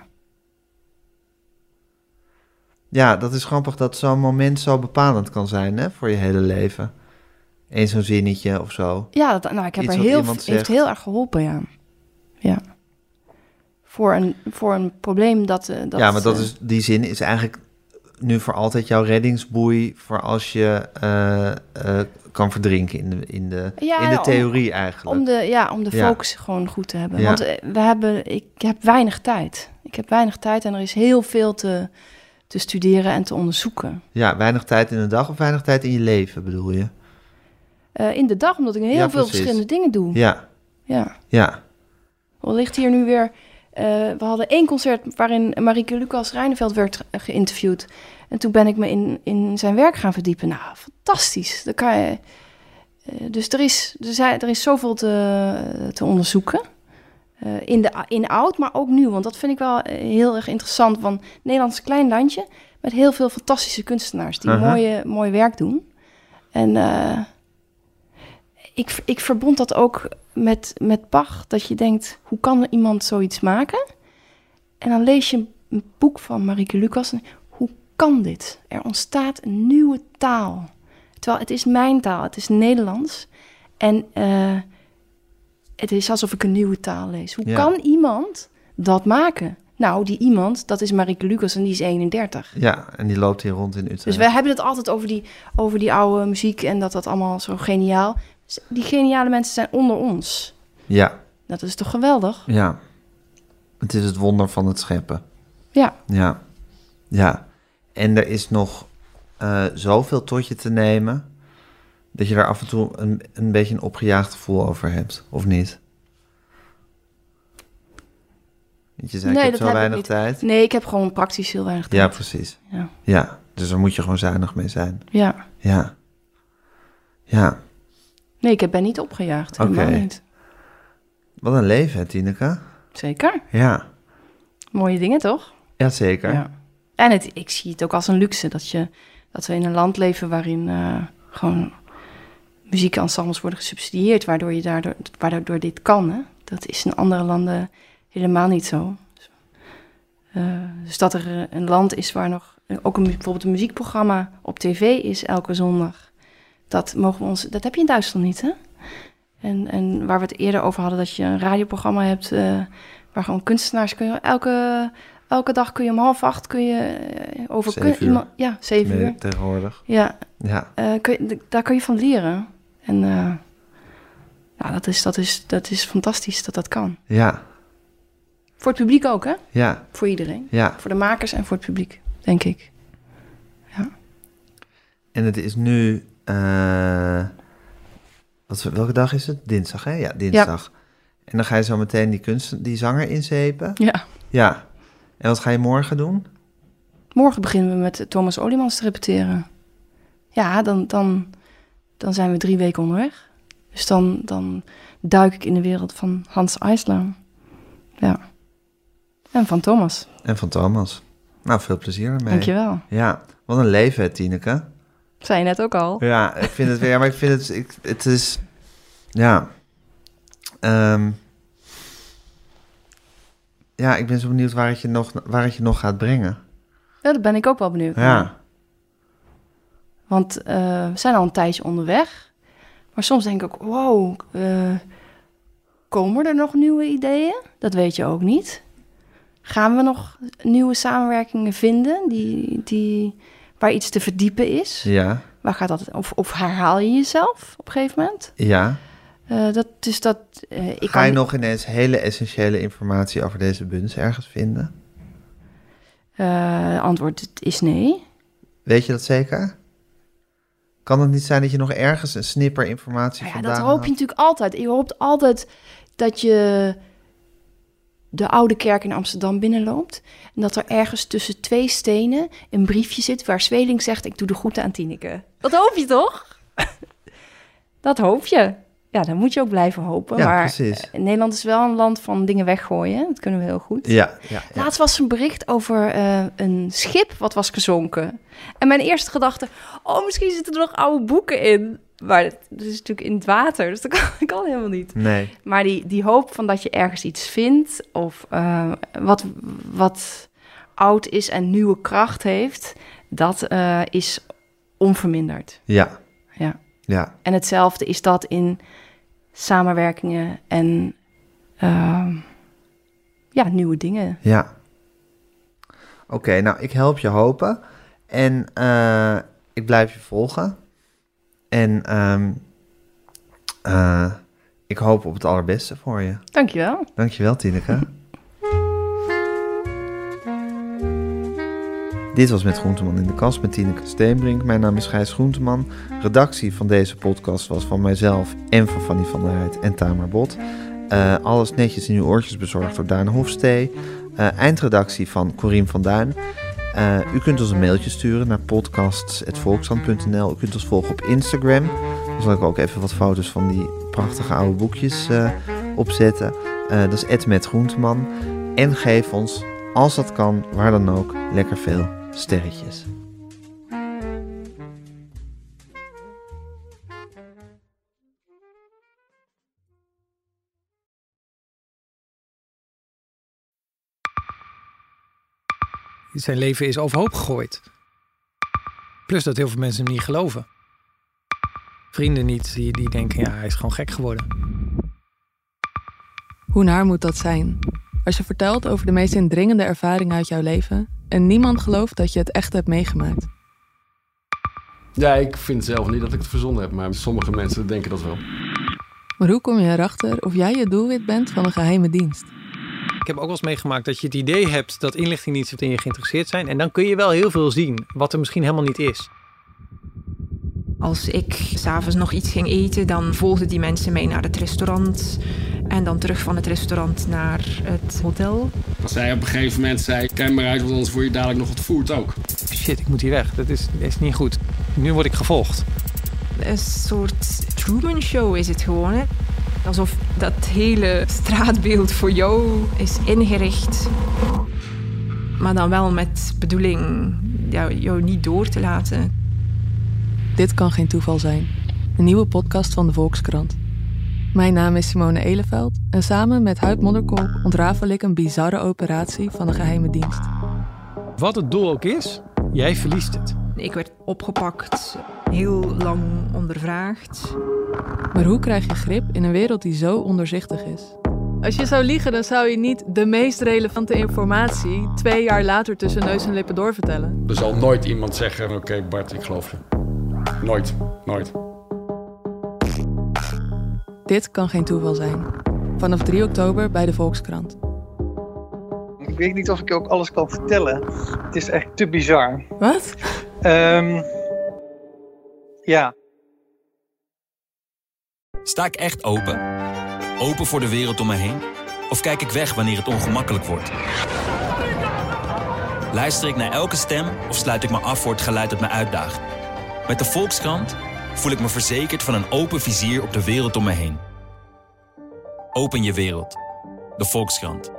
Ja, dat is grappig dat zo'n moment zo bepalend kan zijn, hè, voor je hele leven. Eén zo'n zinnetje of zo. Ja, dat, nou, ik heb Iets er wat heel, iemand heeft zegt. heel erg geholpen, ja. Ja. Voor een, voor een probleem dat... Uh, dat ja, maar dat uh, is, die zin is eigenlijk nu voor altijd jouw reddingsboei voor als je uh, uh, kan verdrinken in de, in de, Ja, in de om- theorie eigenlijk. Om de, ja, om de Ja. focus gewoon goed te hebben. Ja. Want eh, we hebben, ik heb weinig tijd. Ik heb weinig tijd en er is heel veel te, te studeren en te onderzoeken. Ja, weinig tijd in de dag of weinig tijd in je leven, bedoel je? Uh, in de dag, omdat ik heel Ja, veel precies. verschillende dingen doe. Ja, Ja. ja. Er ligt hier nu weer... Uh, we hadden één concert waarin Marieke Lucas Rijneveld werd ge- geïnterviewd. En toen ben ik me in, in zijn werk gaan verdiepen. Nou, fantastisch. Dan kan je, uh, dus er is, er, zijn, er is zoveel te, te onderzoeken. Uh, in, de, in oud, maar ook nu. Want dat vind ik wel uh, heel erg interessant. Want Nederland is een klein landje met heel veel fantastische kunstenaars die Uh-huh. mooie, mooi werk doen. En uh, ik, ik verbond dat ook met, met Bach. Dat je denkt, hoe kan iemand zoiets maken? En dan lees je een boek van Marieke Lucas. En hoe kan dit? Er ontstaat een nieuwe taal. Terwijl het is mijn taal, het is Nederlands. En uh, het is alsof ik een nieuwe taal lees. Hoe ja. kan iemand dat maken? Nou, die iemand, dat is Marieke Lucas en die is eenendertig. Ja, en die loopt hier rond in Utrecht. Dus wij hebben het altijd over die, over die oude muziek en dat dat allemaal zo geniaal. Die geniale mensen zijn onder ons. Ja. Dat is toch geweldig? Ja. Het is het wonder van het scheppen. Ja. Ja. Ja. En er is nog uh, zoveel tot je te nemen, dat je daar af en toe een, een beetje een opgejaagd gevoel over hebt, of niet? Want je zei, nee, ik heb zo weinig tijd. Nee, ik heb gewoon praktisch heel weinig tijd. Ja, precies. Ja. Ja, dus daar moet je gewoon zuinig mee zijn. Ja. Ja. Ja. Nee, ik ben niet opgejaagd. Helemaal okay. niet. Wat een leven, hè, Tineke? Zeker. Ja. Mooie dingen, toch? Ja, zeker. Ja. En het, ik zie het ook als een luxe dat, je, dat we in een land leven waarin uh, gewoon muziekensembles worden gesubsidieerd, waardoor je daardoor, waardoor dit kan. Hè? Dat is in andere landen helemaal niet zo. Uh, dus dat er een land is waar nog ook een, bijvoorbeeld een muziekprogramma op tv is elke zondag. Dat mogen we ons. Dat heb je in Duitsland niet, hè? En, en waar we het eerder over hadden, dat je een radioprogramma hebt uh, waar gewoon kunstenaars kun je elke, elke dag kun je om half acht kun je uh, over zeven kun, uur. Iemand, ja, zeven nee, uur. Tegenwoordig. Ja. Ja. Uh, kun je, daar kun je van leren. En uh, ja, dat is, dat, is, dat is fantastisch dat dat kan. Ja. Voor het publiek ook, hè? Ja. Voor iedereen. Ja. Voor de makers en voor het publiek, denk ik. Ja. En het is nu... Uh, wat, welke dag is het? Dinsdag, hè? Ja, dinsdag. Ja. En dan ga je zo meteen die, kunst, die zanger inzepen. Ja. Ja. En wat ga je morgen doen? Morgen beginnen we met Thomas Oliemans te repeteren. Ja, dan, dan, dan zijn we drie weken onderweg. Dus dan, dan duik ik in de wereld van Hans Eisler. Ja. En van Thomas. En van Thomas. Nou, veel plezier ermee. Dankjewel. Ja, wat een leven, hè, Tineke. Zei je net ook al. Ja, ik vind het weer, maar ik vind het, ik, het is, ja. Um, ja, ik ben zo benieuwd waar het je nog, waar het je nog gaat brengen. Ja, dat ben ik ook wel benieuwd. Ja. Naar. Want uh, we zijn al een tijdje onderweg. Maar soms denk ik ook, wow, uh, komen er nog nieuwe ideeën? Dat weet je ook niet. Gaan we nog nieuwe samenwerkingen vinden die, die, waar iets te verdiepen is? Ja. Waar gaat dat? Of, of herhaal je jezelf op een gegeven moment? Ja. Uh, dat, dus dat, uh, ik Ga je kan... nog ineens hele essentiële informatie over deze buns ergens vinden? Uh, antwoord is nee. Weet je dat zeker? Kan het niet zijn dat je nog ergens een snipper informatie ja, vandaan dat hoop je had? natuurlijk altijd. Je hoopt altijd dat je de Oude Kerk in Amsterdam binnenloopt en dat er ergens tussen twee stenen een briefje zit waar Zweeling zegt, ik doe de groeten aan Tineke. Dat hoop je toch? Dat hoop je. Ja, dan moet je ook blijven hopen. Ja, maar precies. Nederland is wel een land van dingen weggooien. Dat kunnen we heel goed. Ja, ja, ja. Laatst was een bericht over uh, een schip wat was gezonken. En mijn eerste gedachte, oh, misschien zitten er nog oude boeken in. Maar het is natuurlijk in het water, dus dat kan, kan helemaal niet. Nee. Maar die, die hoop van dat je ergens iets vindt of uh, wat, wat oud is en nieuwe kracht heeft, dat uh, is onverminderd. Ja. Ja. Ja. En hetzelfde is dat in samenwerkingen en uh, ja, nieuwe dingen. Ja. Oké, okay, nou, ik help je hopen. En uh, ik blijf je volgen. En um, uh, ik hoop op het allerbeste voor je. Dankjewel. Dankjewel, Tineke. Dit was Met Groenteman in de Kast met Tineke Steenbrink. Mijn naam is Gijs Groenteman. Redactie van deze podcast was van mijzelf en van Fanny van der Rijt en Tamar Bot. Uh, alles netjes in uw oortjes bezorgd door Daan Hofstee. Uh, eindredactie van Corien van Duin. Uh, u kunt ons een mailtje sturen naar podcasts at volkskrant punt n l. U kunt ons volgen op Instagram. Dan zal ik ook even wat foto's van die prachtige oude boekjes uh, opzetten. Uh, dat is at met Groenteman. En geef ons, als dat kan, waar dan ook, lekker veel sterretjes. Zijn leven is overhoop gegooid. Plus dat heel veel mensen hem niet geloven. vrienden niet die, die denken, ja, hij is gewoon gek geworden. Hoe naar moet dat zijn? Als je vertelt over de meest indringende ervaring uit jouw leven en niemand gelooft dat je het echt hebt meegemaakt. Ja, ik vind zelf niet dat ik het verzonnen heb, maar sommige mensen denken dat wel. Maar hoe kom je erachter of jij het doelwit bent van een geheime dienst? Ik heb ook wel eens meegemaakt dat je het idee hebt dat inlichtingendiensten in je geïnteresseerd zijn. En dan kun je wel heel veel zien, wat er misschien helemaal niet is. Als ik 's avonds nog iets ging eten, dan volgden die mensen mee naar het restaurant. En dan terug van het restaurant naar het hotel. Als zij op een gegeven moment zei, kijk maar uit, want anders word je dadelijk nog ontvoerd ook. Shit, ik moet hier weg. Dat is, dat is niet goed. Nu word ik gevolgd. Een soort Truman Show is het gewoon, hè? Alsof dat hele straatbeeld voor jou is ingericht. Maar dan wel met bedoeling jou, jou niet door te laten. Dit kan geen toeval zijn. Een nieuwe podcast van de Volkskrant. Mijn naam is Simone Eleveld en samen met Huib Modderkolk ontrafel ik een bizarre operatie van de geheime dienst. Wat het doel ook is, jij verliest het. Ik werd opgepakt, heel lang ondervraagd. Maar hoe krijg je grip in een wereld die zo ondoorzichtig is? Als je zou liegen, dan zou je niet de meest relevante informatie twee jaar later tussen neus en lippen doorvertellen. Er zal nooit iemand zeggen, oké okay, Bart, ik geloof je. Nooit, nooit. Dit kan geen toeval zijn. Vanaf drie oktober bij de Volkskrant. Ik weet niet of ik ook alles kan vertellen. Het is echt te bizar. Wat? Um, ja. Sta ik echt open? Open voor de wereld om me heen? Of kijk ik weg wanneer het ongemakkelijk wordt? Luister ik naar elke stem of sluit ik me af voor het geluid dat me uitdaagt? Met de Volkskrant voel ik me verzekerd van een open vizier op de wereld om me heen. Open je wereld. De Volkskrant.